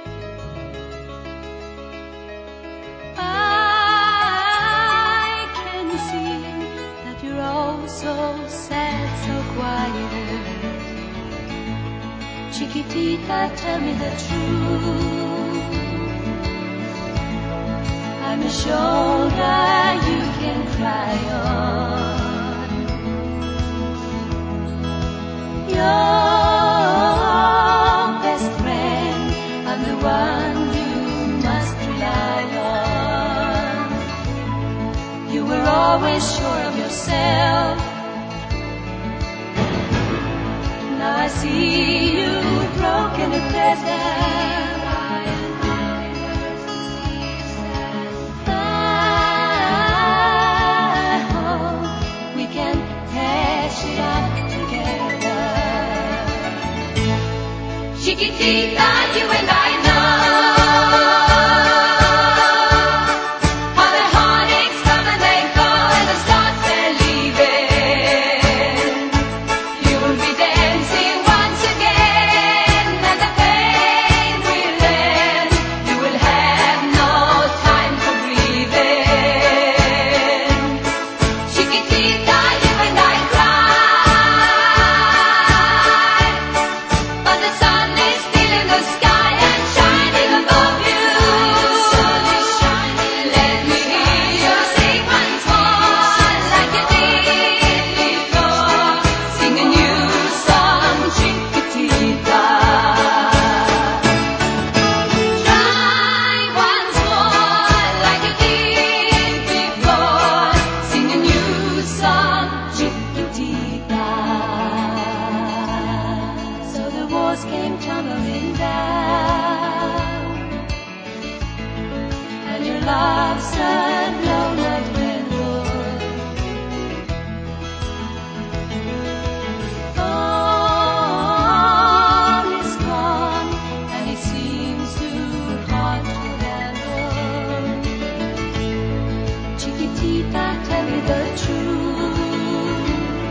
I can see that you're all so sad, so quiet. Chiquitita, tell me the truth. I'm a shoulder you can cry on. Your best friend, I'm the one you must rely on. You were always sure of yourself. Now I see you broken at desert. I hope we can hash it out. Chiquitita, you and I know how the heartaches come and they go and the stars they're leaving. You will be dancing once again and the pain will end. You will have no time for grieving. Chiquitita, you and I cry, but the sun is still in the sky and shining above you. The sun is shining. Let me hear you sing once more like you did before. Sing a new song, Chiquitita. Try once more like you did before. Sing a new song, Chiquitita. So the walls came tumbling down, and your love's a blown out candle. All is gone, and it seems too hard to handle. Chiquitita, tell me the truth.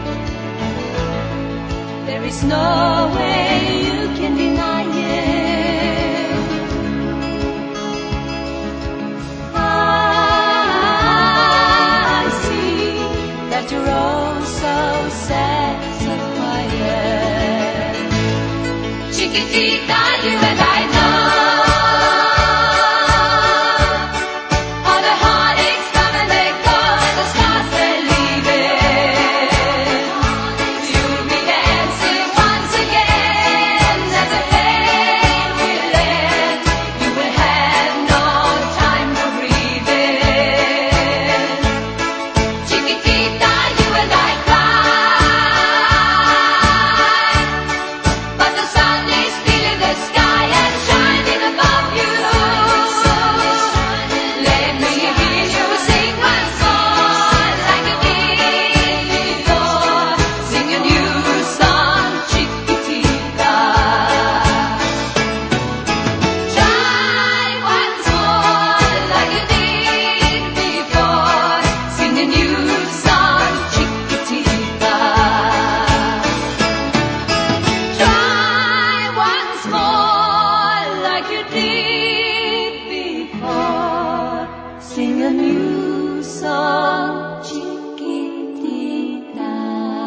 There is no way you can deny it. I see that you're all so sad, so quiet. Chiquitita, you and I know how the heartaches come and they go and the stars they're leaving. You did before. Sing a new song, chiquitita.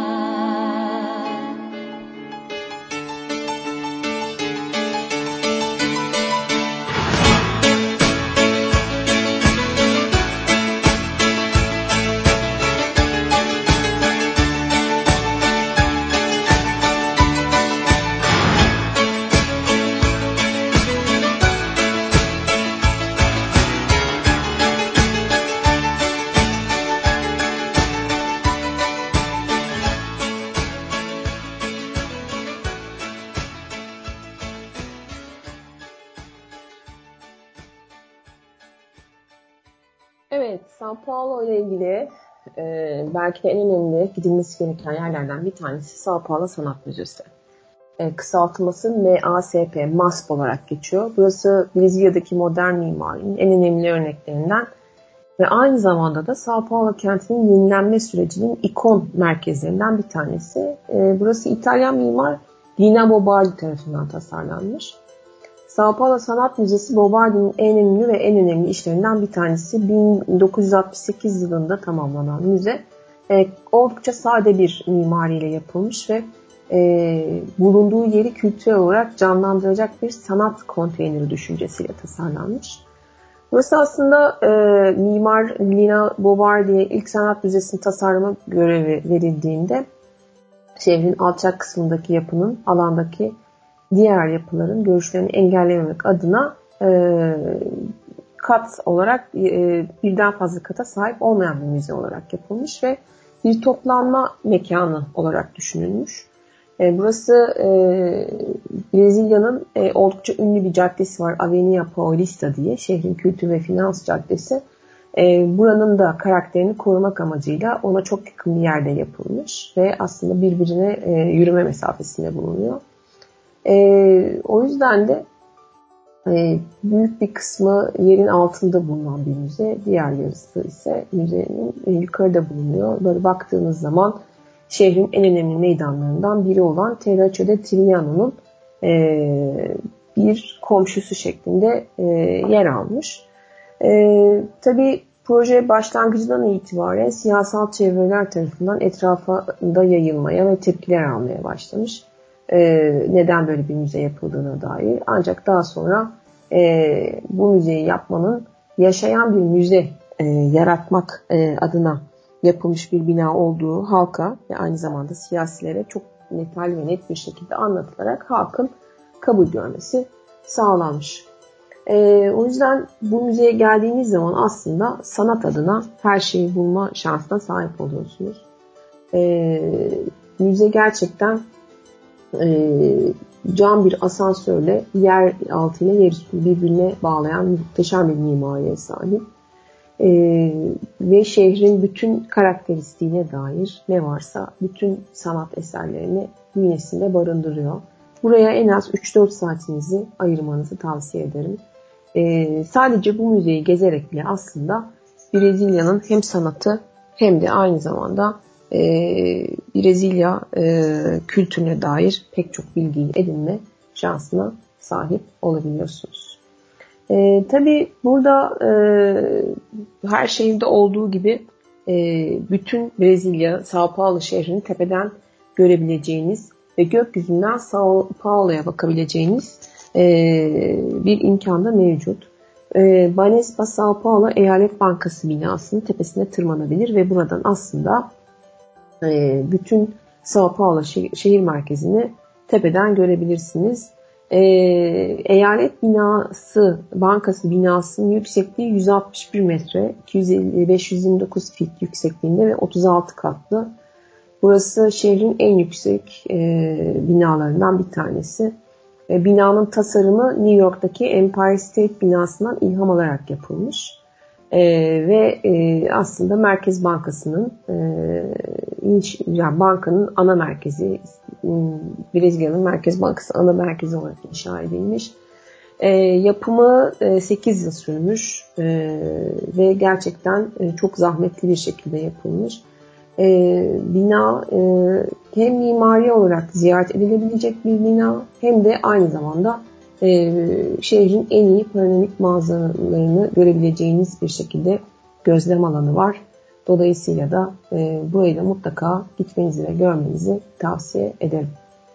Evet, São Paulo ile ilgili e, belki de en önemli gidilmesi gereken yerlerden bir tanesi São Paulo Sanat Müzesi. E, kısaltılması M A S P, M A S P olarak geçiyor. Burası Brezilya'daki modern mimarinin en önemli örneklerinden ve aynı zamanda da São Paulo kentinin yenilenme sürecinin ikon merkezlerinden bir tanesi. E, burası İtalyan mimar Lina Bobardi tarafından tasarlanmış. São Paulo Sanat Müzesi Bobardi'nin en ünlü ve en önemli işlerinden bir tanesi. bin dokuz yüz altmış sekiz yılında tamamlanan müze e, oldukça sade bir mimariyle yapılmış ve e, bulunduğu yeri kültürel olarak canlandıracak bir sanat konteyneri düşüncesiyle tasarlanmış. Burası aslında e, mimar Lina Bobardi'ye ilk sanat müzesinin tasarlama görevi verildiğinde şehrin alçak kısmındaki yapının alandaki diğer yapıların görüşlerini engellememek adına e, kat olarak e, birden fazla kata sahip olmayan bir müze olarak yapılmış ve bir toplanma mekanı olarak düşünülmüş. E, burası e, Brezilya'nın e, oldukça ünlü bir caddesi var, Avenida Paulista diye, şehrin kültür ve finans caddesi. E, buranın da karakterini korumak amacıyla ona çok yakın bir yerde yapılmış ve aslında birbirine e, yürüme mesafesinde bulunuyor. Ee, o yüzden de e, büyük bir kısmı yerin altında bulunan bir müze. Diğer yarısı ise müzenin e, yukarıda bulunuyor. Böyle baktığınız zaman şehrin en önemli meydanlarından biri olan Terraço de Triano'nun e, bir komşusu şeklinde e, yer almış. E, tabii proje başlangıcından itibaren siyasal çevreler tarafından etrafında yayılmaya ve tepkiler almaya başlamış. Ee, neden böyle bir müze yapıldığına dair. Ancak daha sonra e, bu müzeyi yapmanın yaşayan bir müze e, yaratmak e, adına yapılmış bir bina olduğu halka ve aynı zamanda siyasilere çok detaylı ve net bir şekilde anlatılarak halkın kabul görmesi sağlanmış. E, o yüzden bu müzeye geldiğiniz zaman aslında sanat adına her şeyi bulma şansına sahip oluyorsunuz. E, müze gerçekten E, cam bir asansörle yer altıyla yer üstü birbirine bağlayan muhteşem bir mimariye sahip. E, ve şehrin bütün karakteristiğine dair ne varsa bütün sanat eserlerini bünyesinde barındırıyor. Buraya en az üç dört saatinizi ayırmanızı tavsiye ederim. E, sadece bu müzeyi gezerek bile aslında Brezilya'nın hem sanatı hem de aynı zamanda e, Brezilya e, kültürüne dair pek çok bilgiyi edinme şansına sahip olabiliyorsunuz. E, tabii burada e, her şehirde olduğu gibi e, bütün Brezilya, São Paulo şehrini tepeden görebileceğiniz ve gökyüzünden São Paulo'ya bakabileceğiniz e, bir imkan da mevcut. E, Banespa São Paulo Eyalet Bankası binasının tepesine tırmanabilir ve buradan aslında e, bütün São Paulo şehir, şehir merkezini tepeden görebilirsiniz. E, eyalet binası, bankası binasının yüksekliği yüz altmış bir metre, iki yüz elli beş yüz yirmi dokuz fit yüksekliğinde ve otuz altı katlı. Burası şehrin en yüksek e, binalarından bir tanesi. E, binanın tasarımı New York'taki Empire State binasından ilham alarak yapılmış. E, ve e, aslında Merkez Bankası'nın e, inş, yani bankanın ana merkezi, Brezilya'nın Merkez Bankası ana merkezi olarak inşa edilmiş. E, yapımı e, sekiz yıl sürmüş e, ve gerçekten e, çok zahmetli bir şekilde yapılmış. E, bina e, hem mimari olarak ziyaret edilebilecek bir bina hem de aynı zamanda e, şehrin en iyi panoramik manzaralarını görebileceğiniz bir şekilde gözlem alanı var. Dolayısıyla da e, burayı da mutlaka gitmenizi ve görmenizi tavsiye ederim.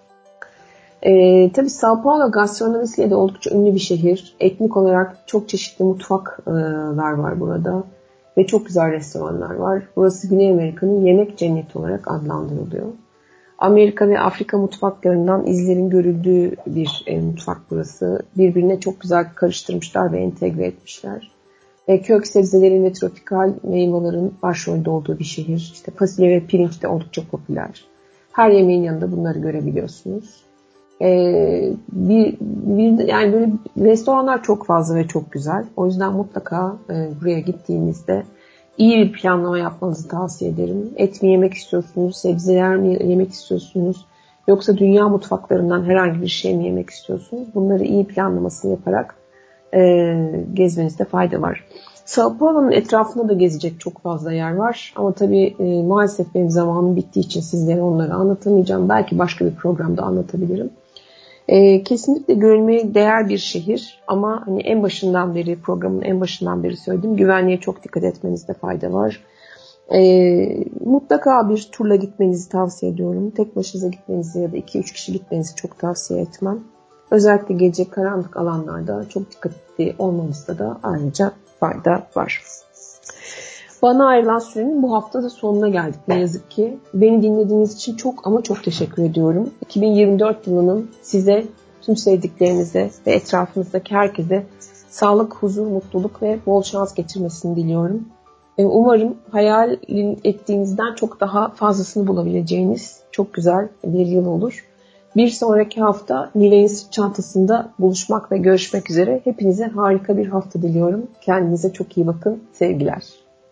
E, tabii São Paulo gastronomisiyle de oldukça ünlü bir şehir. Etnik olarak çok çeşitli mutfaklar var burada ve çok güzel restoranlar var. Burası Güney Amerika'nın yemek cenneti olarak adlandırılıyor. Amerika ve Afrika mutfaklarından izlerin görüldüğü bir e, mutfak burası. Birbirine çok güzel karıştırmışlar ve entegre etmişler. E, kök sebzelerin ve tropikal meyvelerin başrolde olduğu bir şehir. İşte fasulye ve pirinç de oldukça popüler. Her yemeğin yanında bunları görebiliyorsunuz. E, bir, bir yani böyle restoranlar çok fazla ve çok güzel. O yüzden mutlaka e, buraya gittiğinizde İyi bir planlama yapmanızı tavsiye ederim. Et mi yemek istiyorsunuz, sebzeler mi yemek istiyorsunuz, yoksa dünya mutfaklarından herhangi bir şey mi yemek istiyorsunuz? Bunları iyi planlamasını yaparak e, gezmenizde fayda var. São Paulo'nun etrafında da gezecek çok fazla yer var. Ama tabii e, maalesef benim zamanım bittiği için sizlere onları anlatamayacağım. Belki başka bir programda anlatabilirim. E, kesinlikle görülmeye değer bir şehir ama hani en başından beri, programın en başından beri söyledim, güvenliğe çok dikkat etmenizde fayda var. E, mutlaka bir turla gitmenizi tavsiye ediyorum. Tek başınıza gitmenizi ya da iki üç kişi gitmenizi çok tavsiye etmem. Özellikle gece karanlık alanlarda çok dikkatli olmanızda da ayrıca fayda var. Bana ayrılan sürenin bu hafta da sonuna geldik ne yazık ki. Beni dinlediğiniz için çok ama çok teşekkür ediyorum. iki bin yirmi dört yılının size, tüm sevdiklerinize ve etrafınızdaki herkese sağlık, huzur, mutluluk ve bol şans getirmesini diliyorum. Umarım hayal ettiğinizden çok daha fazlasını bulabileceğiniz çok güzel bir yıl olur. Bir sonraki hafta Nilay'ın sırt çantasında buluşmak ve görüşmek üzere. Hepinize harika bir hafta diliyorum. Kendinize çok iyi bakın. Sevgiler.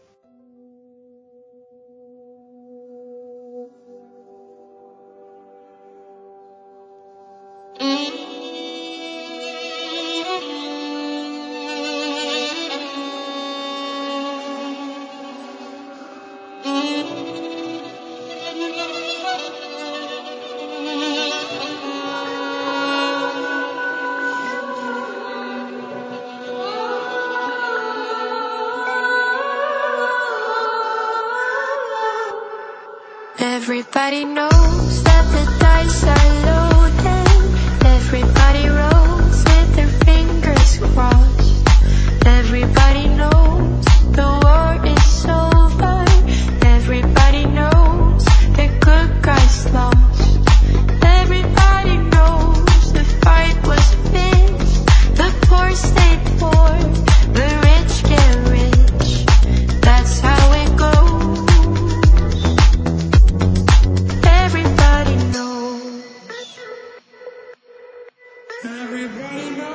Everybody knows that the dice are loaded. Everybody rolls with their fingers crossed. Everybody knows the war is over. Everybody knows the good guys lost. Everybody knows the fight was fixed. The poor stay poor, the rich get rich. That's how it goes. Everybody knows. Everybody knows.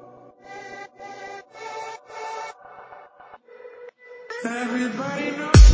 Everybody knows.